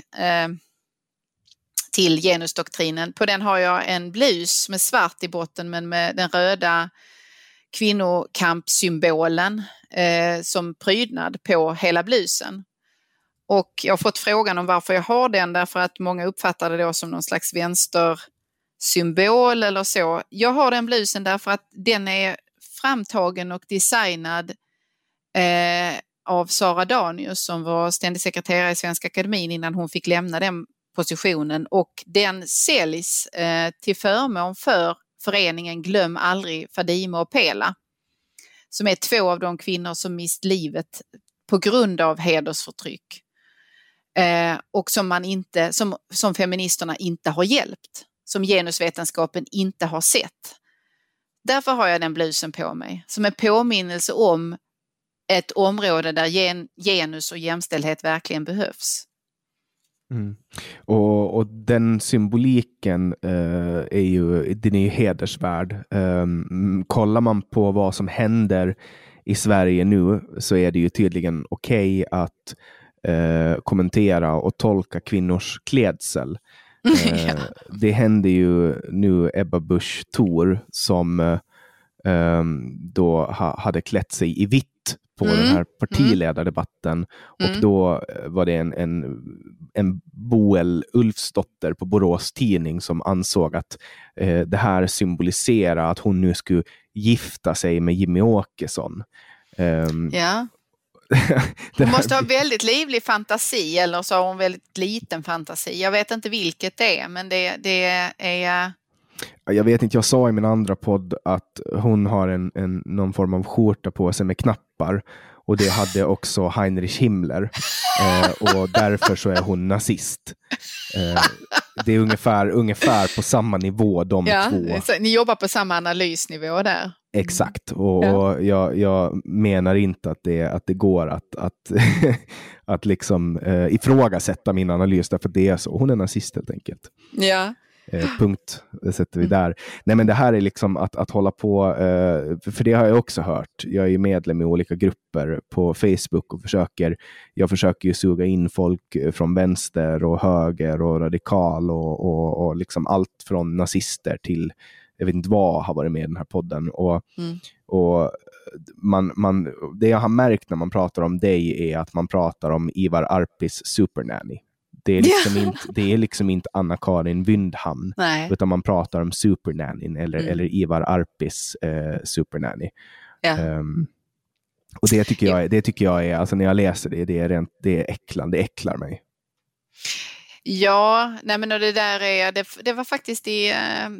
till genusdoktrinen. På den har jag en blus med svart i botten men med den röda kvinnokampsymbolen som prydnad på hela blusen. Och jag har fått frågan om varför jag har den, därför att många uppfattar det då som någon slags vänstersymbol eller så. Jag har den blusen därför att den är framtagen och designad av Sara Danius som var ständig sekreterare i Svenska Akademin innan hon fick lämna den positionen, och den säljs till förmån för föreningen Glöm aldrig Fadime och Pela, som är 2 av de kvinnor som mist livet på grund av hedersförtryck och som feministerna inte har hjälpt, som genusvetenskapen inte har sett. Därför har jag den blusen på mig som en påminnelse om ett område där genus och jämställdhet verkligen behövs. Mm. Och den symboliken är ju hedersvärd. Kollar man på vad som händer i Sverige nu så är det ju tydligen okej att kommentera och tolka kvinnors klädsel. Ja. Det händer ju nu Ebba Busch Thor som då hade klätt sig i vitt på den här partiledardebatten och då var det en Boel Ulfsdotter på Borås Tidning som ansåg att det här symboliserar att hon nu skulle gifta sig med Jimmy Åkesson. Ja. Hon måste ha väldigt livlig fantasi, eller så har hon väldigt liten fantasi. Jag vet inte vilket det är, men det är... Jag vet inte, jag sa i min andra podd att hon har någon form av skjorta på sig med knappar, och det hade också Heinrich Himmler och därför så är hon nazist. Det är ungefär på samma nivå de två. Så ni jobbar på samma analysnivå där. Exakt, och jag menar inte att det går att liksom ifrågasätta min analys, därför det är så. Hon är nazist helt enkelt. Ja. Punkt, det sätter vi där. Nej, men det här är liksom att hålla på, för det har jag också hört. Jag är ju medlem i olika grupper på Facebook och jag försöker ju suga in folk från vänster och höger och radikal och liksom allt från nazister till, jag vet inte vad har varit med i den här podden. Och man, det jag har märkt när man pratar om dig är att man pratar om Ivar Arpis Supernanny. Det är liksom inte Anna-Karin Wyndhamn, utan man pratar om Supernannyn eller Ivar Arpis Supernanny. Ja. Och det tycker jag är, alltså när jag läser det är äcklande, det äcklar mig. Ja, nej men och det där det var faktiskt i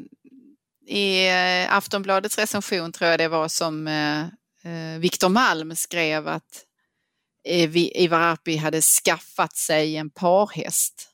Aftonbladets recension, tror jag det var, som Viktor Malm skrev att Ivar Arpi hade skaffat sig en parhäst,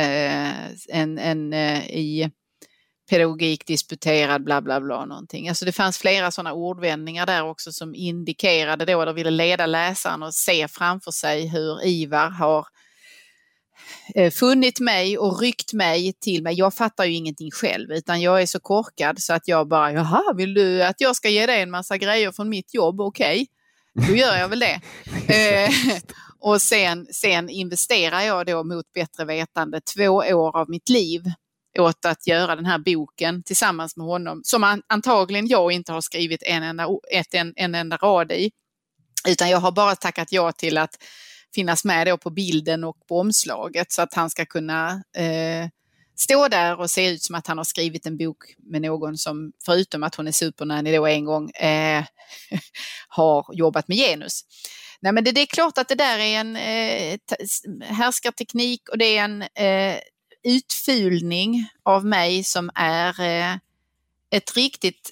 i pedagogik disputerad bla bla bla någonting. Alltså det fanns flera sådana ordvändningar där också som indikerade då, eller ville leda läsaren att se framför sig hur Ivar har funnit mig och ryckt mig till mig. Jag fattar ju ingenting själv, utan jag är så korkad så att jag bara, jaha, vill du att jag ska ge dig en massa grejer från mitt jobb? Okej, då gör jag väl det. Och sen investerar jag då mot bättre vetande 2 år av mitt liv åt att göra den här boken tillsammans med honom, som antagligen jag inte har skrivit en enda rad i, utan jag har bara tackat ja till att finnas med då på bilden och på omslaget så att han ska kunna stå där och se ut som att han har skrivit en bok med någon som, förutom att hon är supernanny då en gång, har jobbat med genus. Nej, men det är klart att det där är en härskarteknik, och det är en utfulning av mig som är ett riktigt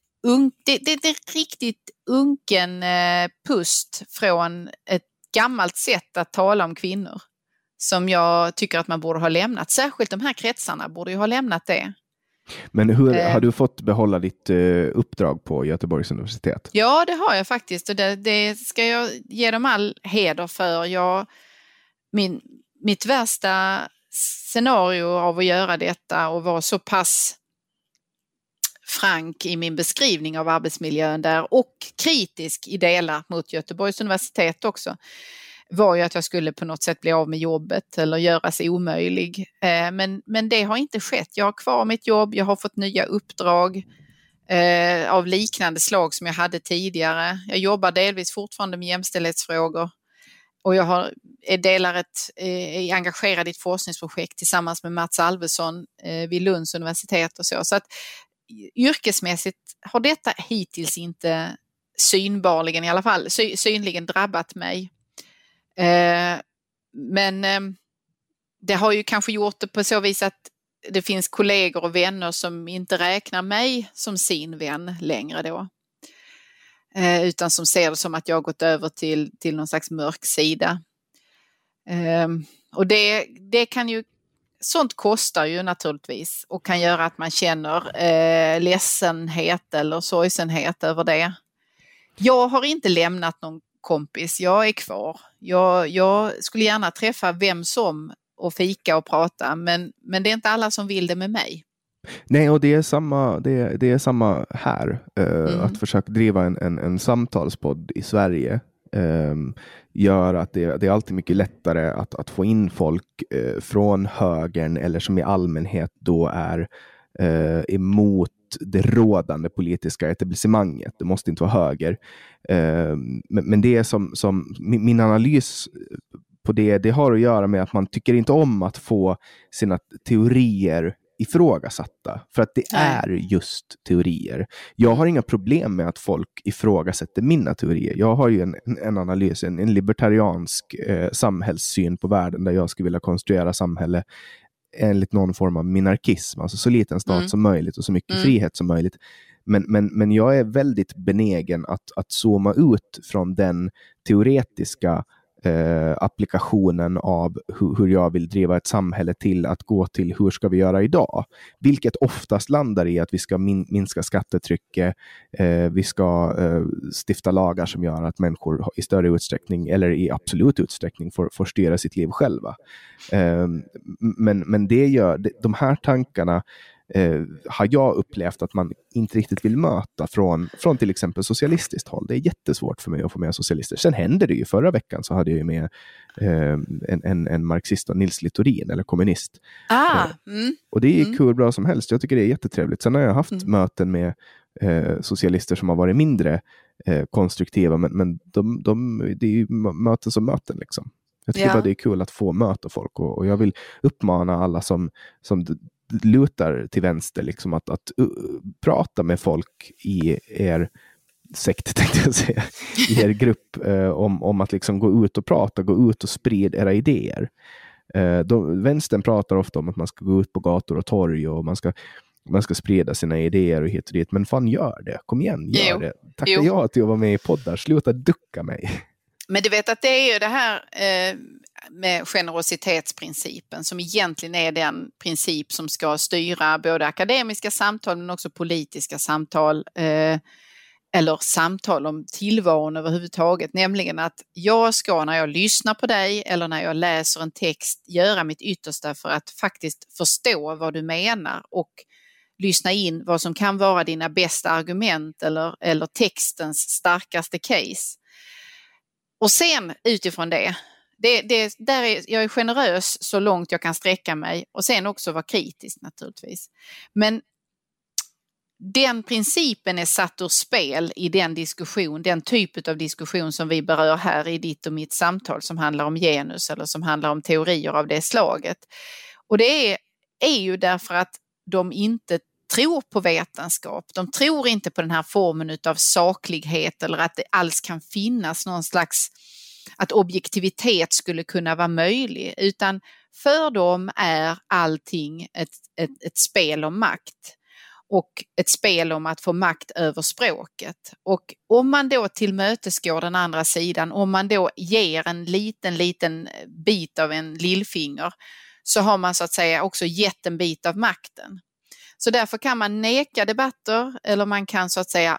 unken pust från ett gammalt sätt att tala om kvinnor som jag tycker att man borde ha lämnat. Särskilt de här kretsarna borde ju ha lämnat det. Men hur har du fått behålla ditt uppdrag på Göteborgs universitet? Ja, det har jag faktiskt, och det ska jag ge dem all heder för. Mitt värsta scenario av att göra detta och vara så pass frank i min beskrivning av arbetsmiljön där och kritisk i delar mot Göteborgs universitet också, var ju att jag skulle på något sätt bli av med jobbet eller göras omöjlig. Men det har inte skett. Jag har kvar mitt jobb, jag har fått nya uppdrag av liknande slag som jag hade tidigare. Jag jobbar delvis fortfarande med jämställdhetsfrågor, och jag är engagerad i ett forskningsprojekt tillsammans med Mats Alvesson vid Lunds universitet och så. Så att yrkesmässigt har detta hittills inte synbarligen i alla fall synligen drabbat mig. Men det har ju kanske gjort det på så vis att det finns kollegor och vänner som inte räknar mig som sin vän längre då. Utan som ser det som att jag har gått över till någon slags mörk sida. Och det kan ju, sånt kostar ju naturligtvis och kan göra att man känner ledsenhet eller sorgsenhet över det. Jag har inte lämnat någon kompis, jag är kvar. Jag skulle gärna träffa vem som och fika och prata, men det är inte alla som vill det med mig. Nej, och det är samma här. Att försöka driva en samtalspodd i Sverige gör att det är alltid mycket lättare att få in folk från högern, eller som i allmänhet då är emot det rådande politiska etablissemanget. Det måste inte vara höger. Men det är som min analys på det har att göra med att man tycker inte om att få sina teorier ifrågasatta, för att det är just teorier. Jag har inga problem med att folk ifrågasätter mina teorier. Jag har ju en analys, en libertariansk samhällssyn på världen, där jag skulle vilja konstruera samhälle enligt någon form av minarkism, alltså så liten stat som möjligt och så mycket frihet som möjligt. Men jag är väldigt benägen att zooma ut från den teoretiska applikationen av hur jag vill driva ett samhälle till att gå till hur ska vi göra idag, vilket oftast landar i att vi ska minska skattetrycket, vi ska stifta lagar som gör att människor i större utsträckning eller i absolut utsträckning får styra sitt liv själva. Men det gör de här tankarna har jag upplevt att man inte riktigt vill möta från till exempel socialistiskt håll. Det är jättesvårt för mig att få med socialister. Sen händer det ju, förra veckan så hade jag ju med en marxist, Nils Littorin, eller kommunist. Och det är kul, bra som helst. Jag tycker det är jättetrevligt. Sen har jag haft möten med socialister som har varit mindre konstruktiva, men det är ju möten som möten liksom. Jag tycker bara det är kul att få möta folk, och jag vill uppmana alla som lutar till vänster liksom att prata med folk i er sekt, tänkte jag säga, i er grupp om att liksom gå ut och sprida era idéer. Vänstern pratar ofta om att man ska gå ut på gator och torg och man ska sprida sina idéer och hit och dit, men fan, gör det, kom igen, gör det. Tacka ja till att vara med i poddar, sluta ducka mig. Men du vet att det är ju det här med generositetsprincipen som egentligen är den princip som ska styra både akademiska samtal men också politiska samtal. eller samtal om tillvaron överhuvudtaget, nämligen att jag ska när jag lyssnar på dig eller när jag läser en text göra mitt yttersta för att faktiskt förstå vad du menar och lyssna in vad som kan vara dina bästa argument eller textens starkaste case. Och sen utifrån det där jag är generös så långt jag kan sträcka mig och sen också vara kritisk naturligtvis. Men den principen är satt ur spel i den typ av diskussion som vi berör här i ditt och mitt samtal som handlar om genus eller som handlar om teorier av det slaget. Och det är ju därför att de inte tror på vetenskap. De tror inte på den här formen av saklighet eller att det alls kan finnas någon slags att objektivitet skulle kunna vara möjlig, utan för dem är allting ett spel om makt och ett spel om att få makt över språket. Och om man då tillmötesgår den andra sidan, om man då ger en liten bit av en lillfinger, så har man så att säga också gett en bit av makten. Så därför kan man neka debatter eller man kan så att säga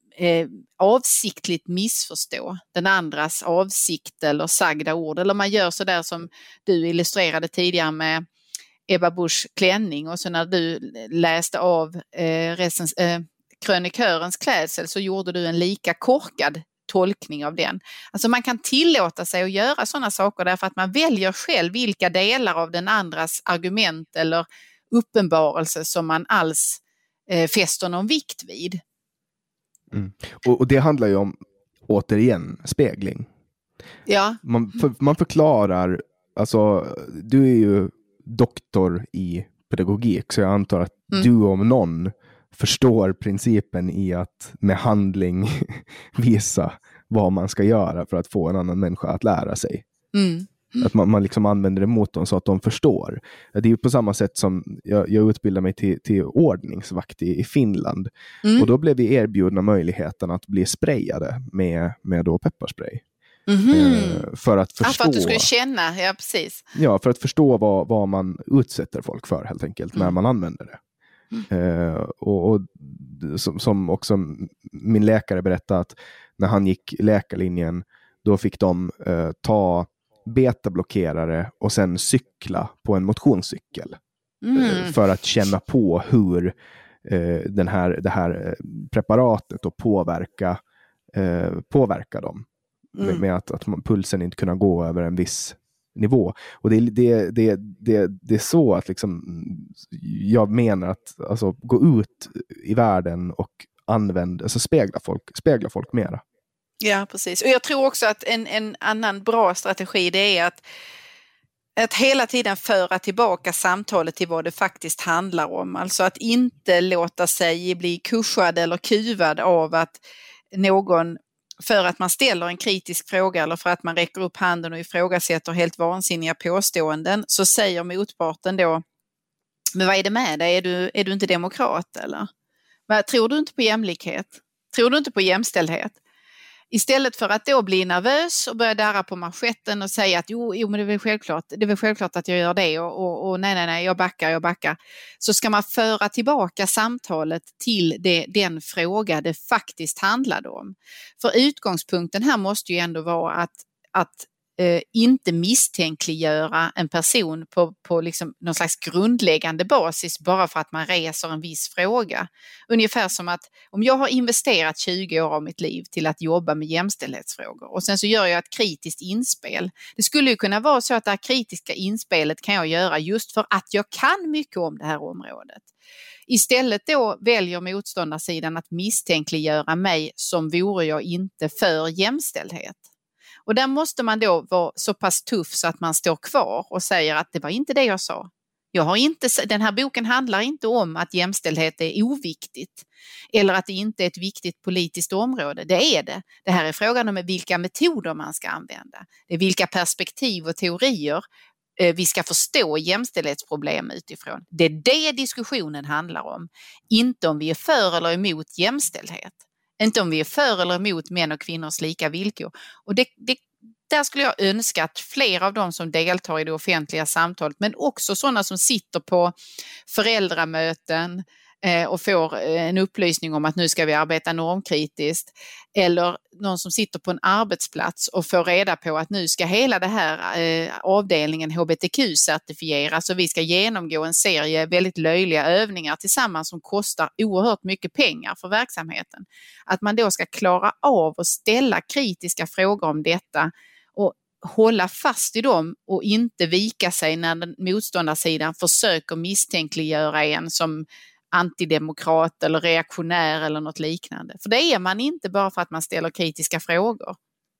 avsiktligt missförstå den andras avsikt eller sagda ord. Eller man gör så där som du illustrerade tidigare med Ebba Buschs klänning och så när du läste av krönikörens klädsel så gjorde du en lika korkad tolkning av den. Alltså man kan tillåta sig att göra sådana saker därför att man väljer själv vilka delar av den andras argument eller uppenbarelse som man alls fäster någon vikt vid. Mm. Och det handlar ju om, återigen, spegling. Ja. Man förklarar, alltså du är ju doktor i pedagogik så jag antar att du om någon förstår principen i att med handling visa vad man ska göra för att få en annan människa att lära sig. Att man liksom använder det mot dem så att de förstår. Det är ju på samma sätt som jag utbildade mig till ordningsvakt i Finland. Och då blev vi erbjudna möjligheten att bli sprayade med då pepparspray. För att förstå. För att du skulle känna, ja precis. Ja, för att förstå vad man utsätter folk för helt enkelt när man använder det. Och som också min läkare berättade att när han gick läkarlinjen då fick de ta betablockerare och sen cykla på en motionscykel för att känna på hur det här preparatet och påverka dem med att pulsen inte kunna gå över en viss nivå. Och det är så att liksom jag menar att alltså gå ut i världen och alltså spegla folk mera. Ja, precis. Och jag tror också att en annan bra strategi det är att hela tiden föra tillbaka samtalet till vad det faktiskt handlar om. Alltså att inte låta sig bli kuschad eller kuvad av att någon, för att man ställer en kritisk fråga eller för att man räcker upp handen och ifrågasätter helt vansinniga påståenden, så säger motparten då, men vad är det med dig? Är du inte demokrat eller? Tror du inte på jämlikhet? Tror du inte på jämställdhet? Istället för att då bli nervös och börja darra på manschetten och säga att jo men det är väl självklart att jag gör det och nej, jag backar. Så ska man föra tillbaka samtalet till den fråga det faktiskt handlade om. För utgångspunkten här måste ju ändå vara att inte misstänkliggöra en person på liksom någon slags grundläggande basis bara för att man reser en viss fråga. Ungefär som att om jag har investerat 20 år av mitt liv till att jobba med jämställdhetsfrågor och sen så gör jag ett kritiskt inspel. Det skulle ju kunna vara så att det här kritiska inspelet kan jag göra just för att jag kan mycket om det här området. Istället då väljer motståndarsidan att misstänkliggöra mig som vore jag inte för jämställdhet. Och där måste man då vara så pass tuff så att man står kvar och säger att det var inte det jag sa. Den här boken handlar inte om att jämställdhet är oviktigt eller att det inte är ett viktigt politiskt område. Det är det. Det här är frågan om vilka metoder man ska använda. Det är vilka perspektiv och teorier vi ska förstå jämställdhetsproblem utifrån. Det är det diskussionen handlar om. Inte om vi är för eller emot jämställdhet. Inte om vi är för eller emot män och kvinnors lika villkor. Och där skulle jag önska att fler av dem som deltar i det offentliga samtalet, men också sådana som sitter på föräldramöten och får en upplysning om att nu ska vi arbeta normkritiskt, eller någon som sitter på en arbetsplats och får reda på att nu ska hela det här avdelningen HBTQ-certifieras och vi ska genomgå en serie väldigt löjliga övningar tillsammans som kostar oerhört mycket pengar för verksamheten. Att man då ska klara av att ställa kritiska frågor om detta och hålla fast i dem och inte vika sig när den motståndarsidan försöker misstänkliggöra en som antidemokrat eller reaktionär eller något liknande. För det är man inte bara för att man ställer kritiska frågor.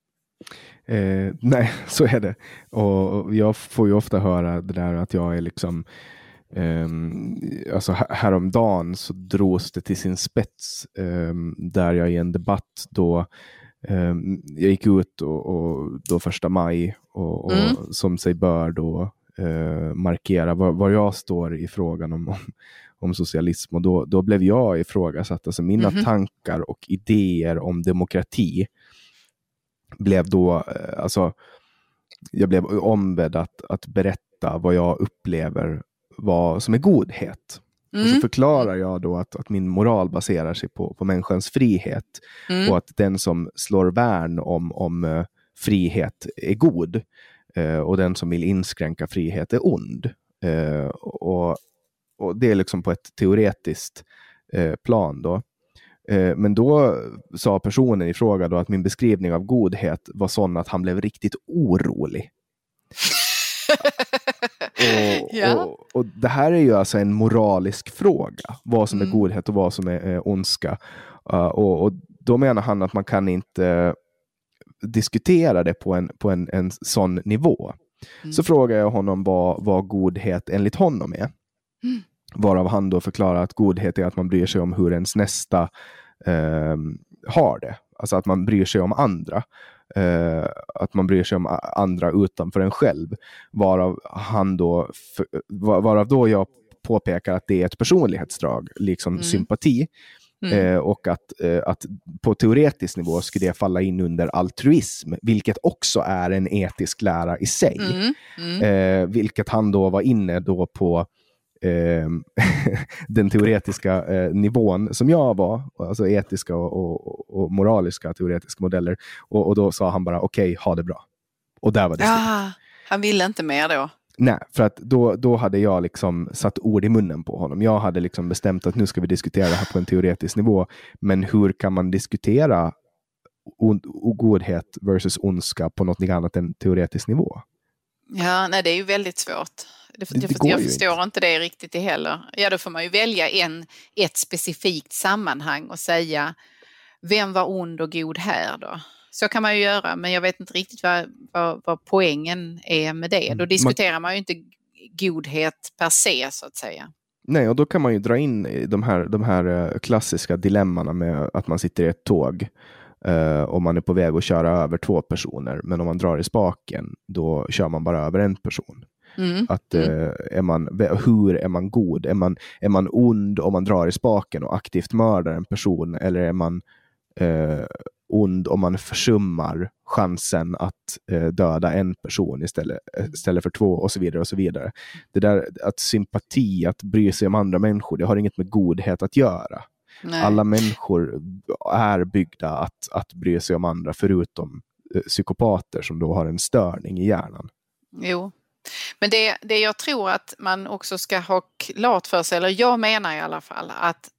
Nej, så är det. Och jag får ju ofta höra det där att jag är liksom alltså häromdagen så drogs det till sin spets där jag i en debatt då jag gick ut och då 1 maj och som sig bör då markera var jag står i frågan om socialism, och då blev jag ifrågasatt. Alltså mina tankar och idéer om demokrati blev då, alltså jag blev ombedd att berätta vad jag upplever vad som är godhet. Och så förklarar jag då att min moral baserar sig på människans frihet och att den som slår värn om frihet är god och den som vill inskränka frihet är ond. Och det är liksom på ett teoretiskt plan då. Men då sa personen i fråga då att min beskrivning av godhet var sån att han blev riktigt orolig. Och det här är ju alltså en moralisk fråga. Vad som är godhet och vad som är ondska. Och då menar han att man kan inte diskutera det på en sån nivå. Så frågar jag honom vad godhet enligt honom är. Varav han då förklarar att godhet är att man bryr sig om hur ens nästa har det. Alltså att man bryr sig om andra. Att man bryr sig om andra utanför en själv. Varav då jag påpekar att det är ett personlighetsdrag, liksom sympati. Och att på teoretisk nivå skulle det falla in under altruism, vilket också är en etisk lära i sig. Vilket han då var inne då på den teoretiska nivån som jag var, alltså etiska och moraliska teoretiska modeller, och då sa han bara okej, ha det bra. Och där var det slut. Han ville inte mer då? Nej, för att då hade jag liksom satt ord i munnen på honom. Jag hade liksom bestämt att nu ska vi diskutera det här på en teoretisk nivå, men hur kan man diskutera godhet versus ondska på något annat än teoretisk nivå? Ja, nej, det är ju väldigt svårt. Jag förstår inte det riktigt heller. Ja, då får man ju välja ett specifikt sammanhang och säga vem var ond och god här då? Så kan man ju göra, men jag vet inte riktigt vad poängen är med det. Då diskuterar man ju inte godhet per se, så att säga. Nej, och då kan man ju dra in de här klassiska dilemmana med att man sitter i ett tåg och man är på väg att köra över 2 personer, men om man drar i spaken då kör man bara över en person. Hur är man god? Är man ond om man drar i spaken och aktivt mördar en person, eller är man ond om man försummar chansen att döda en person istället för 2, och så vidare och så vidare. Det där att sympati, att bry sig om andra människor, det har inget med godhet att göra. Nej. Alla människor är byggda att bry sig om andra, förutom psykopater som då har en störning i hjärnan. Jo. Men det jag tror att man också ska ha klart för sig, eller jag menar i alla fall, att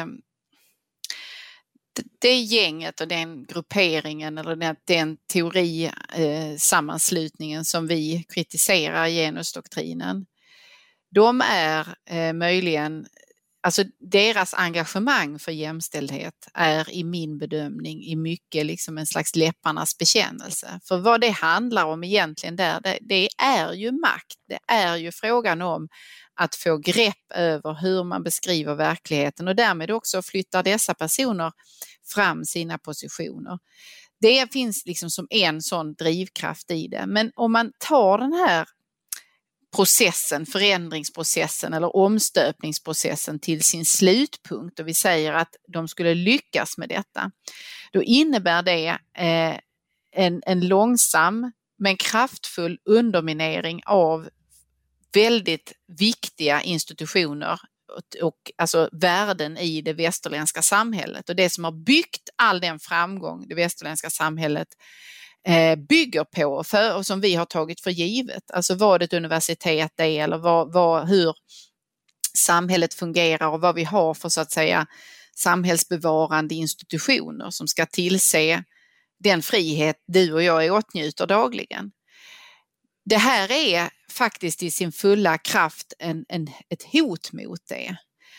det gänget och den grupperingen eller den teorisammanslutningen som vi kritiserar genusdoktrinen, de är möjligen, alltså deras engagemang för jämställdhet är i min bedömning i mycket liksom en slags läpparnas bekännelse. För vad det handlar om egentligen det är ju makt. Det är ju frågan om att få grepp över hur man beskriver verkligheten och därmed också flyttar dessa personer fram sina positioner. Det finns liksom som en sån drivkraft i det. Men om man tar den här processen, förändringsprocessen eller omstöpningsprocessen till sin slutpunkt och vi säger att de skulle lyckas med detta, då innebär det en långsam men kraftfull underminering av väldigt viktiga institutioner och alltså värden i det västerländska samhället. Och det som har byggt all den framgång det västerländska samhället bygger på och som vi har tagit för givet. Alltså vad ett universitet är eller hur samhället fungerar och vad vi har för så att säga samhällsbevarande institutioner som ska tillse den frihet du och jag åtnjuter dagligen. Det här är faktiskt i sin fulla kraft ett hot mot det.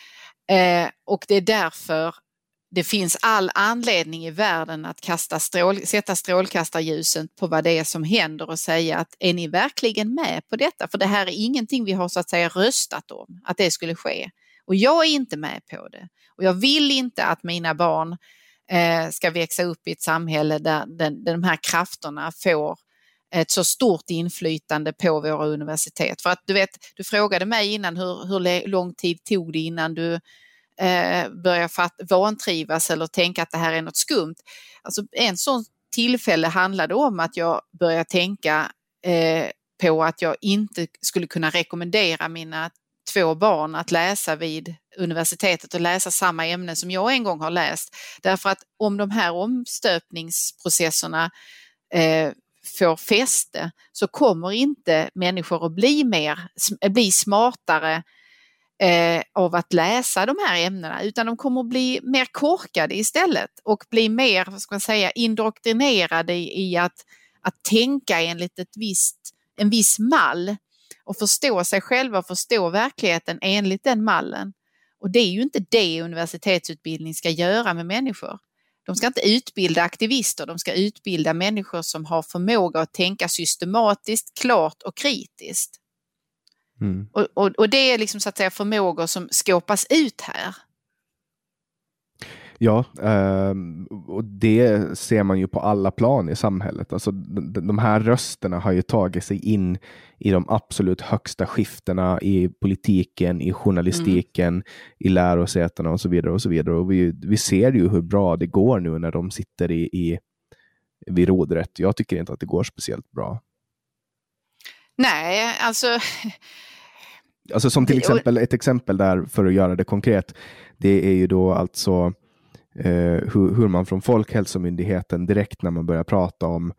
Och det är därför det finns all anledning i världen att sätta strålkastarljuset på vad det är som händer och säga att är ni verkligen med på detta? För det här är ingenting vi har så att säga röstat om att det skulle ske. Och jag är inte med på det. Och jag vill inte att mina barn ska växa upp i ett samhälle där de här krafterna får ett så stort inflytande på våra universitet. För att du frågade mig innan hur lång tid tog det innan du börjar vantrivas eller tänka att det här är något skumt. Alltså en sån tillfälle handlade om att jag började tänka på att jag inte skulle kunna rekommendera mina 2 barn att läsa vid universitetet och läsa samma ämne som jag en gång har läst. Därför att om de här omstöpningsprocesserna får fäste så kommer inte människor att bli smartare av att läsa de här ämnena, utan de kommer att bli mer korkade istället och bli mer, vad ska man säga, indoktrinerade i att tänka enligt en viss mall och förstå sig själva och förstå verkligheten enligt den mallen. Och det är ju inte det universitetsutbildning ska göra med människor. De ska inte utbilda aktivister, de ska utbilda människor som har förmåga att tänka systematiskt, klart och kritiskt. Mm. Och det är liksom så att säga förmågor som skåpas ut här. Ja, och det ser man ju på alla plan i samhället. Alltså de här rösterna har ju tagit sig in i de absolut högsta skiftena i politiken, i journalistiken, i lärosätena och så vidare och så vidare. Och vi ser ju hur bra det går nu när de sitter vid rodret. Jag tycker inte att det går speciellt bra. Nej, alltså som till exempel, ett exempel där för att göra det konkret, det är ju då alltså hur man från Folkhälsomyndigheten direkt när man börjar prata om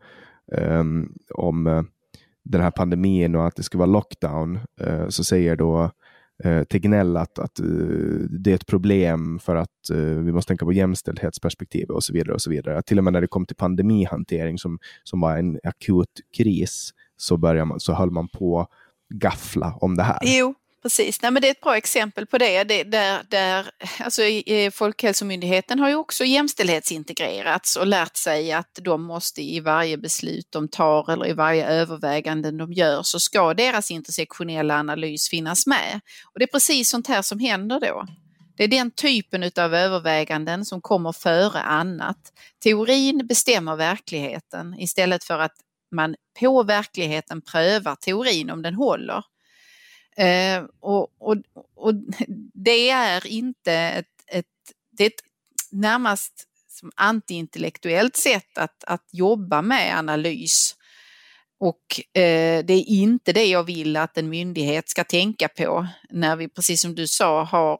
den här pandemin och att det ska vara lockdown, så säger då Tegnell att det är ett problem för att vi måste tänka på jämställdhetsperspektiv och så vidare och så vidare. Till och med när det kom till pandemihantering som var en akut kris så höll man på gaffla om det här. Jo, precis. Nej, men det är ett bra exempel på det. Alltså, Folkhälsomyndigheten har ju också jämställdhetsintegrerats och lärt sig att de måste i varje beslut de tar eller i varje övervägande de gör så ska deras intersektionella analys finnas med. Och det är precis sånt här som händer då. Det är den typen av överväganden som kommer före annat. Teorin bestämmer verkligheten istället för att man på verkligheten prövar teorin om den håller. Och det är inte det är ett närmast som antiintellektuellt sätt att jobba med analys. Och det är inte det jag vill att en myndighet ska tänka på när vi, precis som du sa, har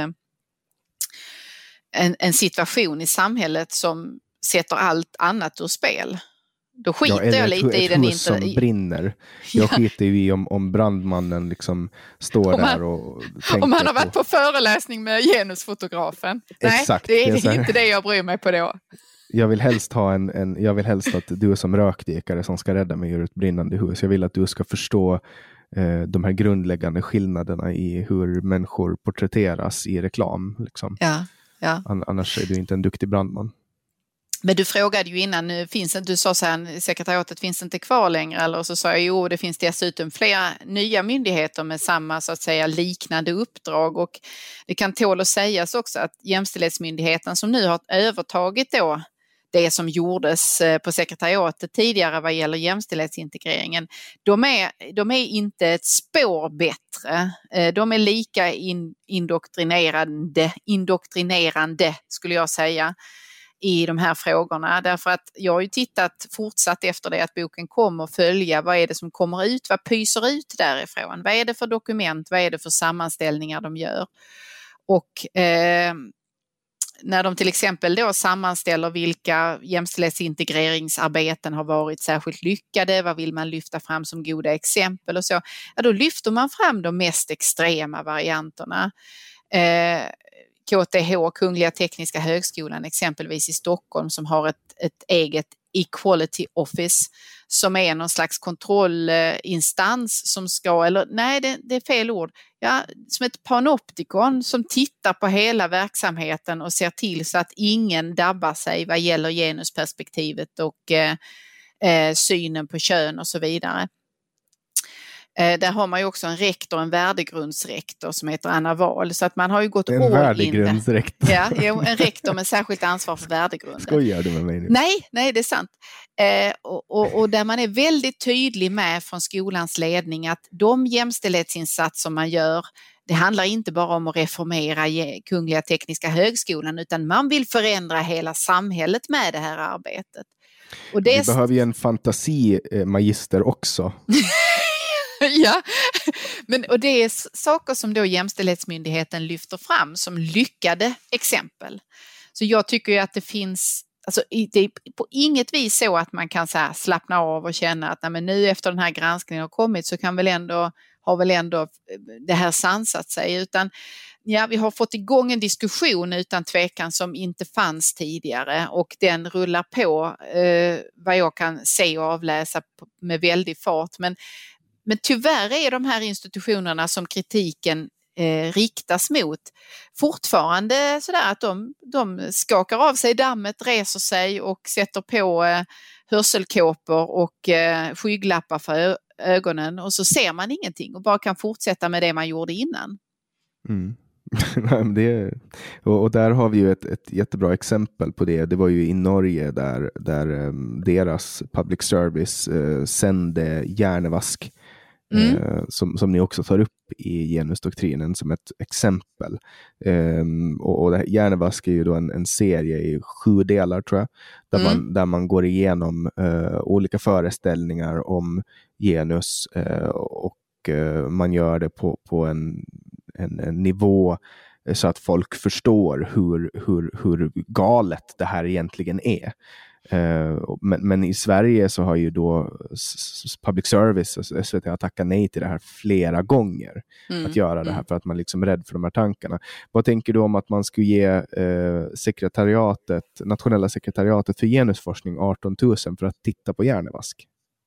en situation i samhället som sätter allt annat ur spel. Då skiter jag lite i den som brinner. Jag skiter ju i om brandmannen liksom står där och tänker. Om han har varit på föreläsning med genusfotografen. Exakt. Nej, det är inte det jag bryr mig på då. Jag vill helst att du som rökdykare som ska rädda mig ur ett brinnande hus. Jag vill att du ska förstå de här grundläggande skillnaderna i hur människor porträtteras i reklam. Liksom. Ja. Annars är du inte en duktig brandman. Men du frågade ju innan, du sa så här, sekretariatet finns inte kvar längre, eller så sa jag jo, det finns dessutom flera nya myndigheter med samma så att säga liknande uppdrag, och det kan tål att sägas också att Jämställdhetsmyndigheten som nu har övertagit då det som gjordes på sekretariatet tidigare vad gäller jämställdhetsintegreringen, de är inte ett spår bättre. De är lika indoktrinerande skulle jag säga. i de här frågorna. Därför att jag har ju fortsatt efter det att boken kom och följa vad är det som kommer ut, vad pyser ut därifrån, vad är det för dokument, vad är det för sammanställningar de gör. Och när de till exempel då sammanställer vilka jämställdhetsintegreringsarbeten har varit särskilt lyckade, vad vill man lyfta fram som goda exempel och så, ja, då lyfter man fram de mest extrema varianterna. KTH, Kungliga Tekniska Högskolan exempelvis i Stockholm, som har ett eget Equality Office som är någon slags kontrollinstans som ska, eller nej det är fel ord, ja, som ett panoptikon som tittar på hela verksamheten och ser till så att ingen dabbar sig vad gäller genusperspektivet och synen på kön och så vidare. Där har man ju också en rektor, en värdegrundsrektor som heter Anna Wahl, så att man har ju gått en värdegrundsrektor. Ja, en rektor med särskilt ansvar för värdegrunden. Skojar du med mig nu? Nej, det är sant. Och där man är väldigt tydlig med från skolans ledning att de jämställdhetsinsatser man gör, det handlar inte bara om att reformera Kungliga Tekniska Högskolan, utan man vill förändra hela samhället med det här arbetet. Och det... Vi behöver ju en fantasimagister också. Ja, och det är saker som då Jämställdhetsmyndigheten lyfter fram som lyckade exempel. Så jag tycker ju att det finns, alltså det är på inget vis så att man kan så här slappna av och känna att nej, men nu efter den här granskningen har kommit så har väl ändå det här sansat sig, utan ja, vi har fått igång en diskussion utan tvekan som inte fanns tidigare, och den rullar på vad jag kan se och avläsa med väldig fart. Men tyvärr är de här institutionerna som kritiken riktas mot fortfarande sådär att de skakar av sig dammet, reser sig och sätter på hörselkåpor och skygglappar för ögonen, och så ser man ingenting och bara kan fortsätta med det man gjorde innan. Mm. Och där har vi ju ett jättebra exempel på det. Det var ju i Norge där deras public service sände hjärnevask. Som ni också tar upp i genusdoktrinen som ett exempel. Och det här, Hjärnevask är ju då en serie i 7 delar tror jag, där man går igenom olika föreställningar om genus, och man gör det på en nivå så att folk förstår hur galet det här egentligen är. Men i Sverige så har ju då public service, SVT, har tackat nej till det här flera gånger, att göra det här, för att man liksom är rädd för de här tankarna. Vad tänker du om att man skulle ge nationella sekretariatet för genusforskning 18 000 för att titta på hjärnevask?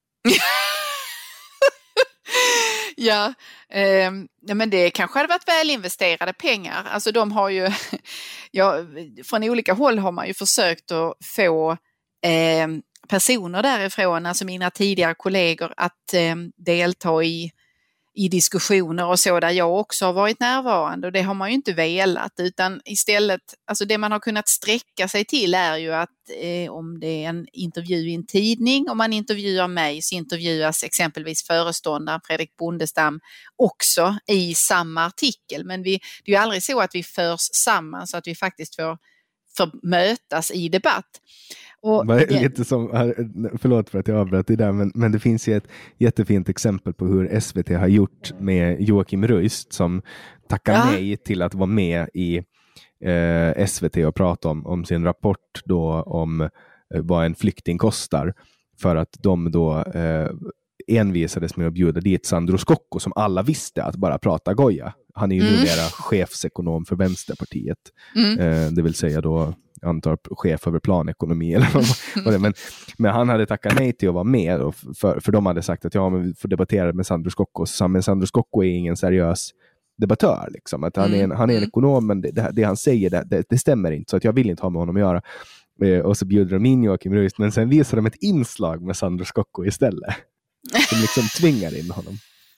Ja, men det kanske hade varit väl investerade pengar. Alltså de har ju, från olika håll har man ju försökt att få personer därifrån, alltså mina tidigare kollegor, att delta i diskussioner och så, där jag också har varit närvarande, och det har man ju inte velat, utan istället, alltså det man har kunnat sträcka sig till är ju att om det är en intervju i en tidning, om man intervjuar mig, så intervjuas exempelvis föreståndaren Fredrik Bondestam också i samma artikel, men det är ju aldrig så att vi förs samman så att vi faktiskt får mötas i debatt. Lite som, förlåt för att jag avbröt det där, men det finns ju ett jättefint exempel på hur SVT har gjort med Joakim Röist, som tackar nej till att vara med i SVT och prata om sin rapport då om vad en flykting kostar, för att de då envisades med att bjuda dit Sandro Scocco, som alla visste att bara prata goja. Han är ju numera chefsekonom för Vänsterpartiet, det vill säga då antar chef över planekonomi eller vad. Men han hade tackat nej till att vara med, och för de hade sagt att men vi får debattera med Sandro Scocco. Men Sandro Scocco är ingen seriös debattör liksom. Att han är en ekonom, men det han säger det stämmer inte, så att jag vill inte ha med honom att göra. Och så bjuder de in Joakim Röist, men sen visar de ett inslag med Sandro Scocco istället, som liksom tvingar in honom.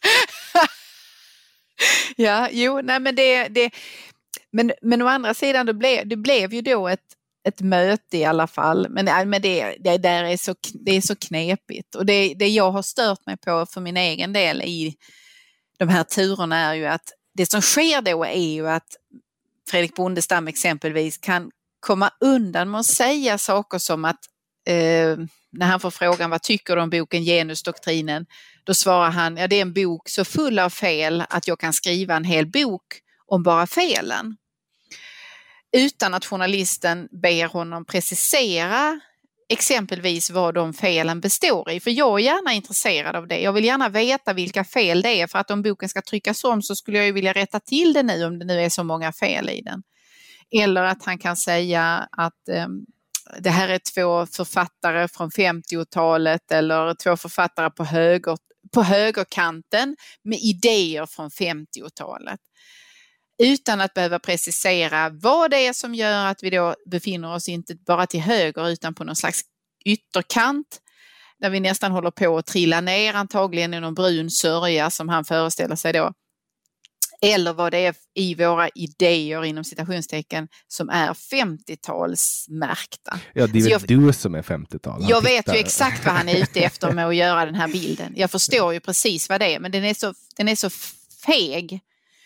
Ja, jo, nej men men å andra sidan det blev ju då ett möte i alla fall, men det där är så knepigt, och det jag har stört mig på för min egen del i de här turerna är ju att det som sker då är ju att Fredrik Bondestam exempelvis kan komma undan med att säga saker som att när han får frågan vad tycker du om boken Genusdoktrinen, då svarar han, ja det är en bok så full av fel att jag kan skriva en hel bok om bara felen. Utan att journalisten ber honom precisera exempelvis vad de felen består i. För jag är gärna intresserad av det. Jag vill gärna veta vilka fel det är, för att om boken ska tryckas om så skulle jag ju vilja rätta till det nu om det nu är så många fel i den. Eller att han kan säga att det här är 2 författare från 50-talet eller 2 författare på högerkanten med idéer från 50-talet. Utan att behöva precisera vad det är som gör att vi då befinner oss inte bara till höger utan på någon slags ytterkant där vi nästan håller på att trilla ner, antagligen i någon brun sörja som han föreställer sig då. Eller vad det är i våra idéer inom citationstecken som är 50-talsmärkta. Ja, det är väl du som är 50-tal. Jag vet ju exakt vad han är ute efter med att göra den här bilden. Jag förstår ju precis vad det är, men den är så feg.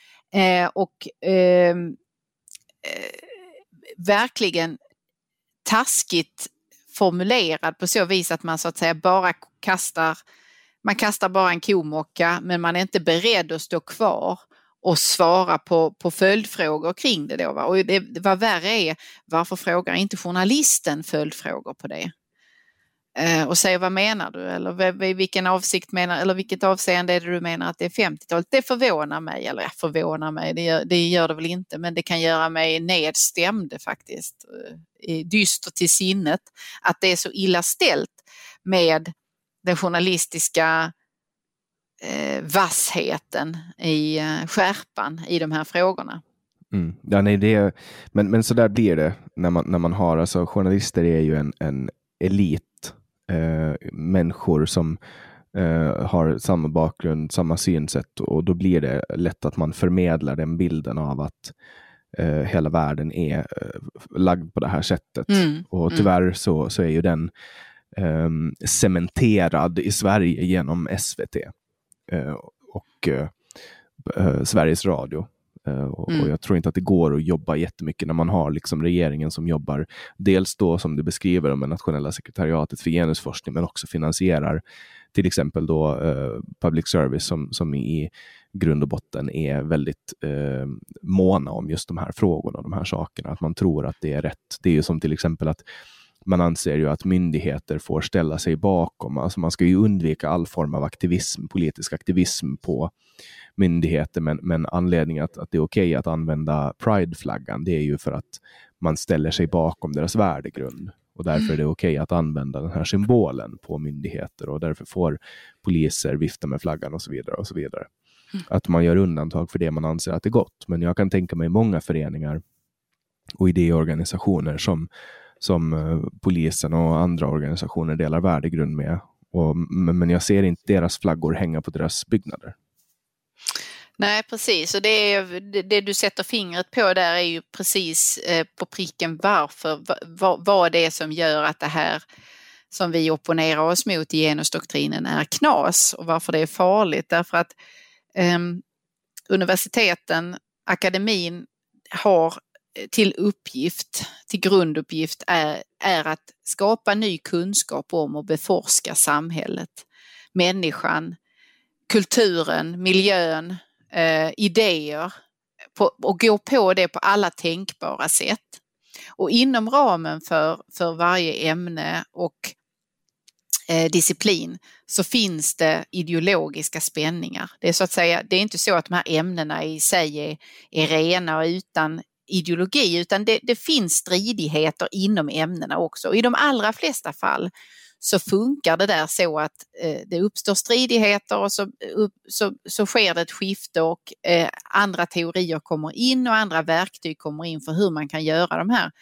Verkligen taskigt formulerad på så vis att man så att säga bara kastar bara en komocka, men man är inte beredd att stå kvar och svara på följdfrågor kring det då. Va? Och vad värre är, varför frågar inte journalisten följdfrågor på det? Och säger vad menar du, eller vilken avsikt menar, eller vilket avseende är det du menar att det är 50-talet. Det förvånar mig, det gör det väl inte, men det kan göra mig nedstämd faktiskt, dyster till sinnet att det är så illa ställt med den journalistiska vassheten i skärpan i de här frågorna. Ja, nej, men så där blir det när man har, alltså journalister är ju en elit. Människor som har samma bakgrund, samma synsätt, och då blir det lätt att man förmedlar den bilden av att hela världen är lagd på det här sättet. Och tyvärr så är ju den cementerad i Sverige genom SVT och Sveriges Radio. Och jag tror inte att det går att jobba jättemycket när man har liksom regeringen som jobbar dels då som du beskriver med nationella sekretariatet för genusforskning, men också finansierar till exempel då public service som i grund och botten är väldigt måna om just de här frågorna och de här sakerna, att man tror att det är rätt. Det är ju som till exempel att man anser ju att myndigheter får ställa sig bakom, alltså man ska ju undvika all form av aktivism, politisk aktivism på myndigheter, men anledningen att det är okej att använda Pride-flaggan, det är ju för att man ställer sig bakom deras värdegrund, och därför är det okej att använda den här symbolen på myndigheter, och därför får poliser vifta med flaggan och så vidare och så vidare. Att man gör undantag för det man anser att det är gott, men jag kan tänka mig många föreningar och idéorganisationer som polisen och andra organisationer delar värdegrund med, men jag ser inte deras flaggor hänga på deras byggnader. Nej, precis. Och det du sätter fingret på där är ju precis på pricken varför, vad det är som gör att det här som vi opponerar oss mot i genusdoktrinen är knas, och varför det är farligt. Därför att universiteten, akademin har till grunduppgift är att skapa ny kunskap om och beforska samhället, människan, kulturen, miljön, idéer, och gå på det på alla tänkbara sätt. Och inom ramen för varje ämne och disciplin så finns det ideologiska spänningar. Det är så att säga, det är inte så att de här ämnena i sig är rena och utan ideologi, utan det finns stridigheter inom ämnena också. Och i de allra flesta fall så funkar det där så att det uppstår stridigheter och så sker det ett skifte, och andra teorier kommer in och andra verktyg kommer in för hur man kan göra de här,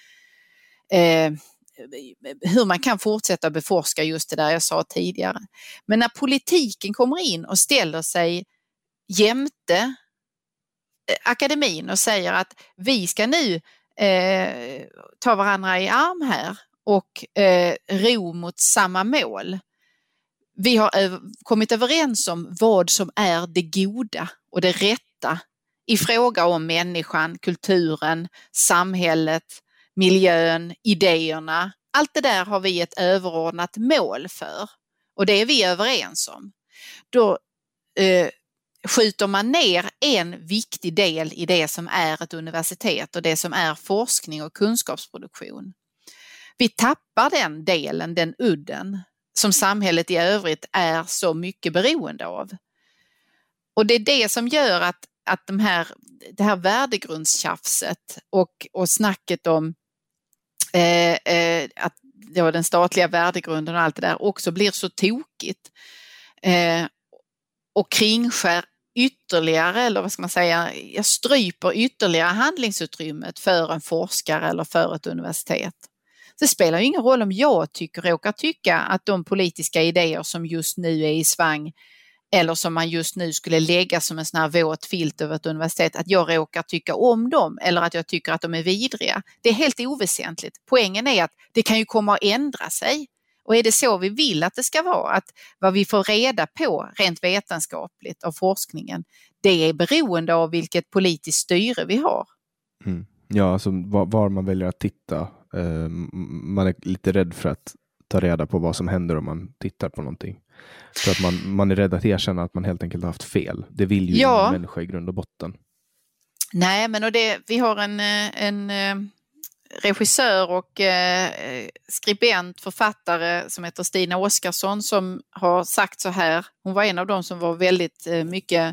hur man kan fortsätta beforska just det där jag sa tidigare. Men när politiken kommer in och ställer sig jämte akademin och säger att vi ska nu ta varandra i arm här och ro mot samma mål. Vi har kommit överens om vad som är det goda och det rätta i fråga om människan, kulturen, samhället, miljön, idéerna. Allt det där har vi ett överordnat mål för och det är vi överens om. Då skjuter man ner en viktig del i det som är ett universitet och det som är forskning och kunskapsproduktion. Vi tappar den delen, den udden, som samhället i övrigt är så mycket beroende av. Och det är det som gör att det här värdegrundstjafset och snacket om att den statliga värdegrunden och allt det där också blir så tokigt och kringskär ytterligare, eller vad ska man säga, jag stryper ytterligare handlingsutrymmet för en forskare eller för ett universitet. Så det spelar ju ingen roll om jag råkar tycka att de politiska idéer som just nu är i svang eller som man just nu skulle lägga som en sån här våt filt över ett universitet, att jag råkar tycka om dem eller att jag tycker att de är vidriga. Det är helt oväsentligt. Poängen är att det kan ju komma att ändra sig. Och är det så vi vill att det ska vara, att vad vi får reda på rent vetenskapligt av forskningen, det är beroende av vilket politiskt styre vi har. Mm. Ja, alltså var man väljer att titta. Man är lite rädd för att ta reda på vad som händer om man tittar på någonting. Så att man är rädd att erkänna att man helt enkelt har haft fel. Det vill ju ingen människa i grund och botten. Nej, men vi har en regissör och skribent, författare som heter Stina Oskarsson som har sagt så här. Hon var en av dem som var väldigt mycket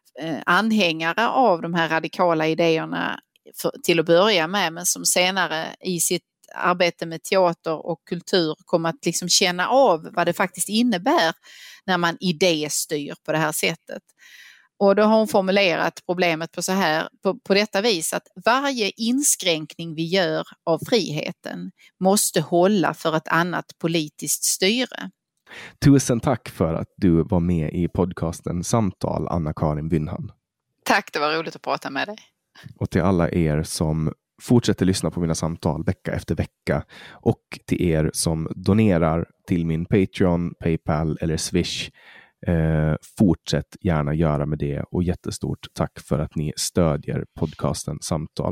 anhängare av de här radikala idéerna till att börja med, men som senare i sitt arbete med teater och kultur kom att liksom känna av vad det faktiskt innebär när man idéstyr på det här sättet. Och då har hon formulerat problemet på detta vis, att varje inskränkning vi gör av friheten måste hålla för ett annat politiskt styre. Tusen tack för att du var med i podcasten Samtal, Anna-Karin Wynhan. Tack, det var roligt att prata med dig. Och till alla er som fortsätter lyssna på mina samtal vecka efter vecka och till er som donerar till min Patreon, PayPal eller Swish, fortsätt gärna göra med det, och jättestort tack för att ni stödjer podcasten Samtal.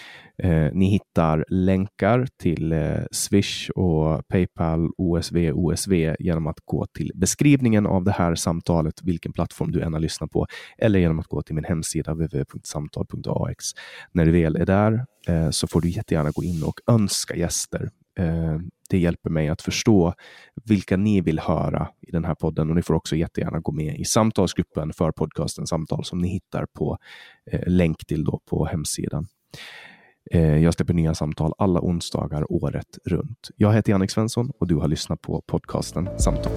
Ni hittar länkar till Swish och PayPal, OSV genom att gå till beskrivningen av det här samtalet, vilken plattform du än har lyssnat på, eller genom att gå till min hemsida www.samtal.ax. När du väl är där så får du jättegärna gå in och önska gäster. Det hjälper mig att förstå vilka ni vill höra i den här podden, och ni får också jättegärna gå med i samtalsgruppen för podcasten Samtal som ni hittar på länk till då på hemsidan. Jag släpper nya samtal alla onsdagar året runt. Jag heter Jannik Svensson och du har lyssnat på podcasten Samtal.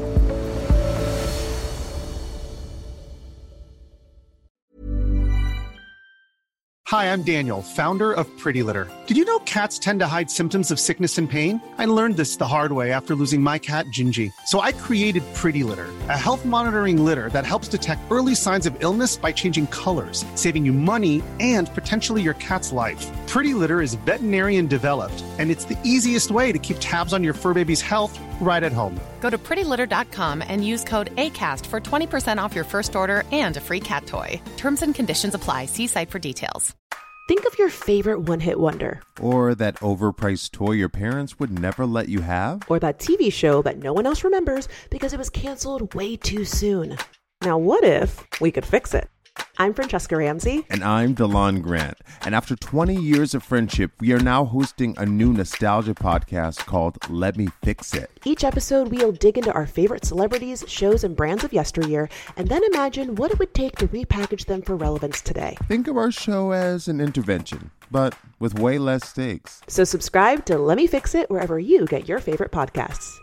Hi, I'm Daniel, founder of Pretty Litter. Did you know cats tend to hide symptoms of sickness and pain? I learned this the hard way after losing my cat, Gingy. So I created Pretty Litter, a health monitoring litter that helps detect early signs of illness by changing colors, saving you money and potentially your cat's life. Pretty Litter is veterinarian developed, and it's the easiest way to keep tabs on your fur baby's health right at home. Go to prettylitter.com and use code ACAST for 20% off your first order and a free cat toy. Terms and conditions apply. See site for details. Think of your favorite one-hit wonder. Or that overpriced toy your parents would never let you have. Or that TV show that no one else remembers because it was canceled way too soon. Now what if we could fix it? I'm Francesca Ramsey. And I'm DeLon Grant. And after 20 years of friendship, we are now hosting a new nostalgia podcast called Let Me Fix It. Each episode, we'll dig into our favorite celebrities, shows, and brands of yesteryear, and then imagine what it would take to repackage them for relevance today. Think of our show as an intervention, but with way less stakes. So subscribe to Let Me Fix It wherever you get your favorite podcasts.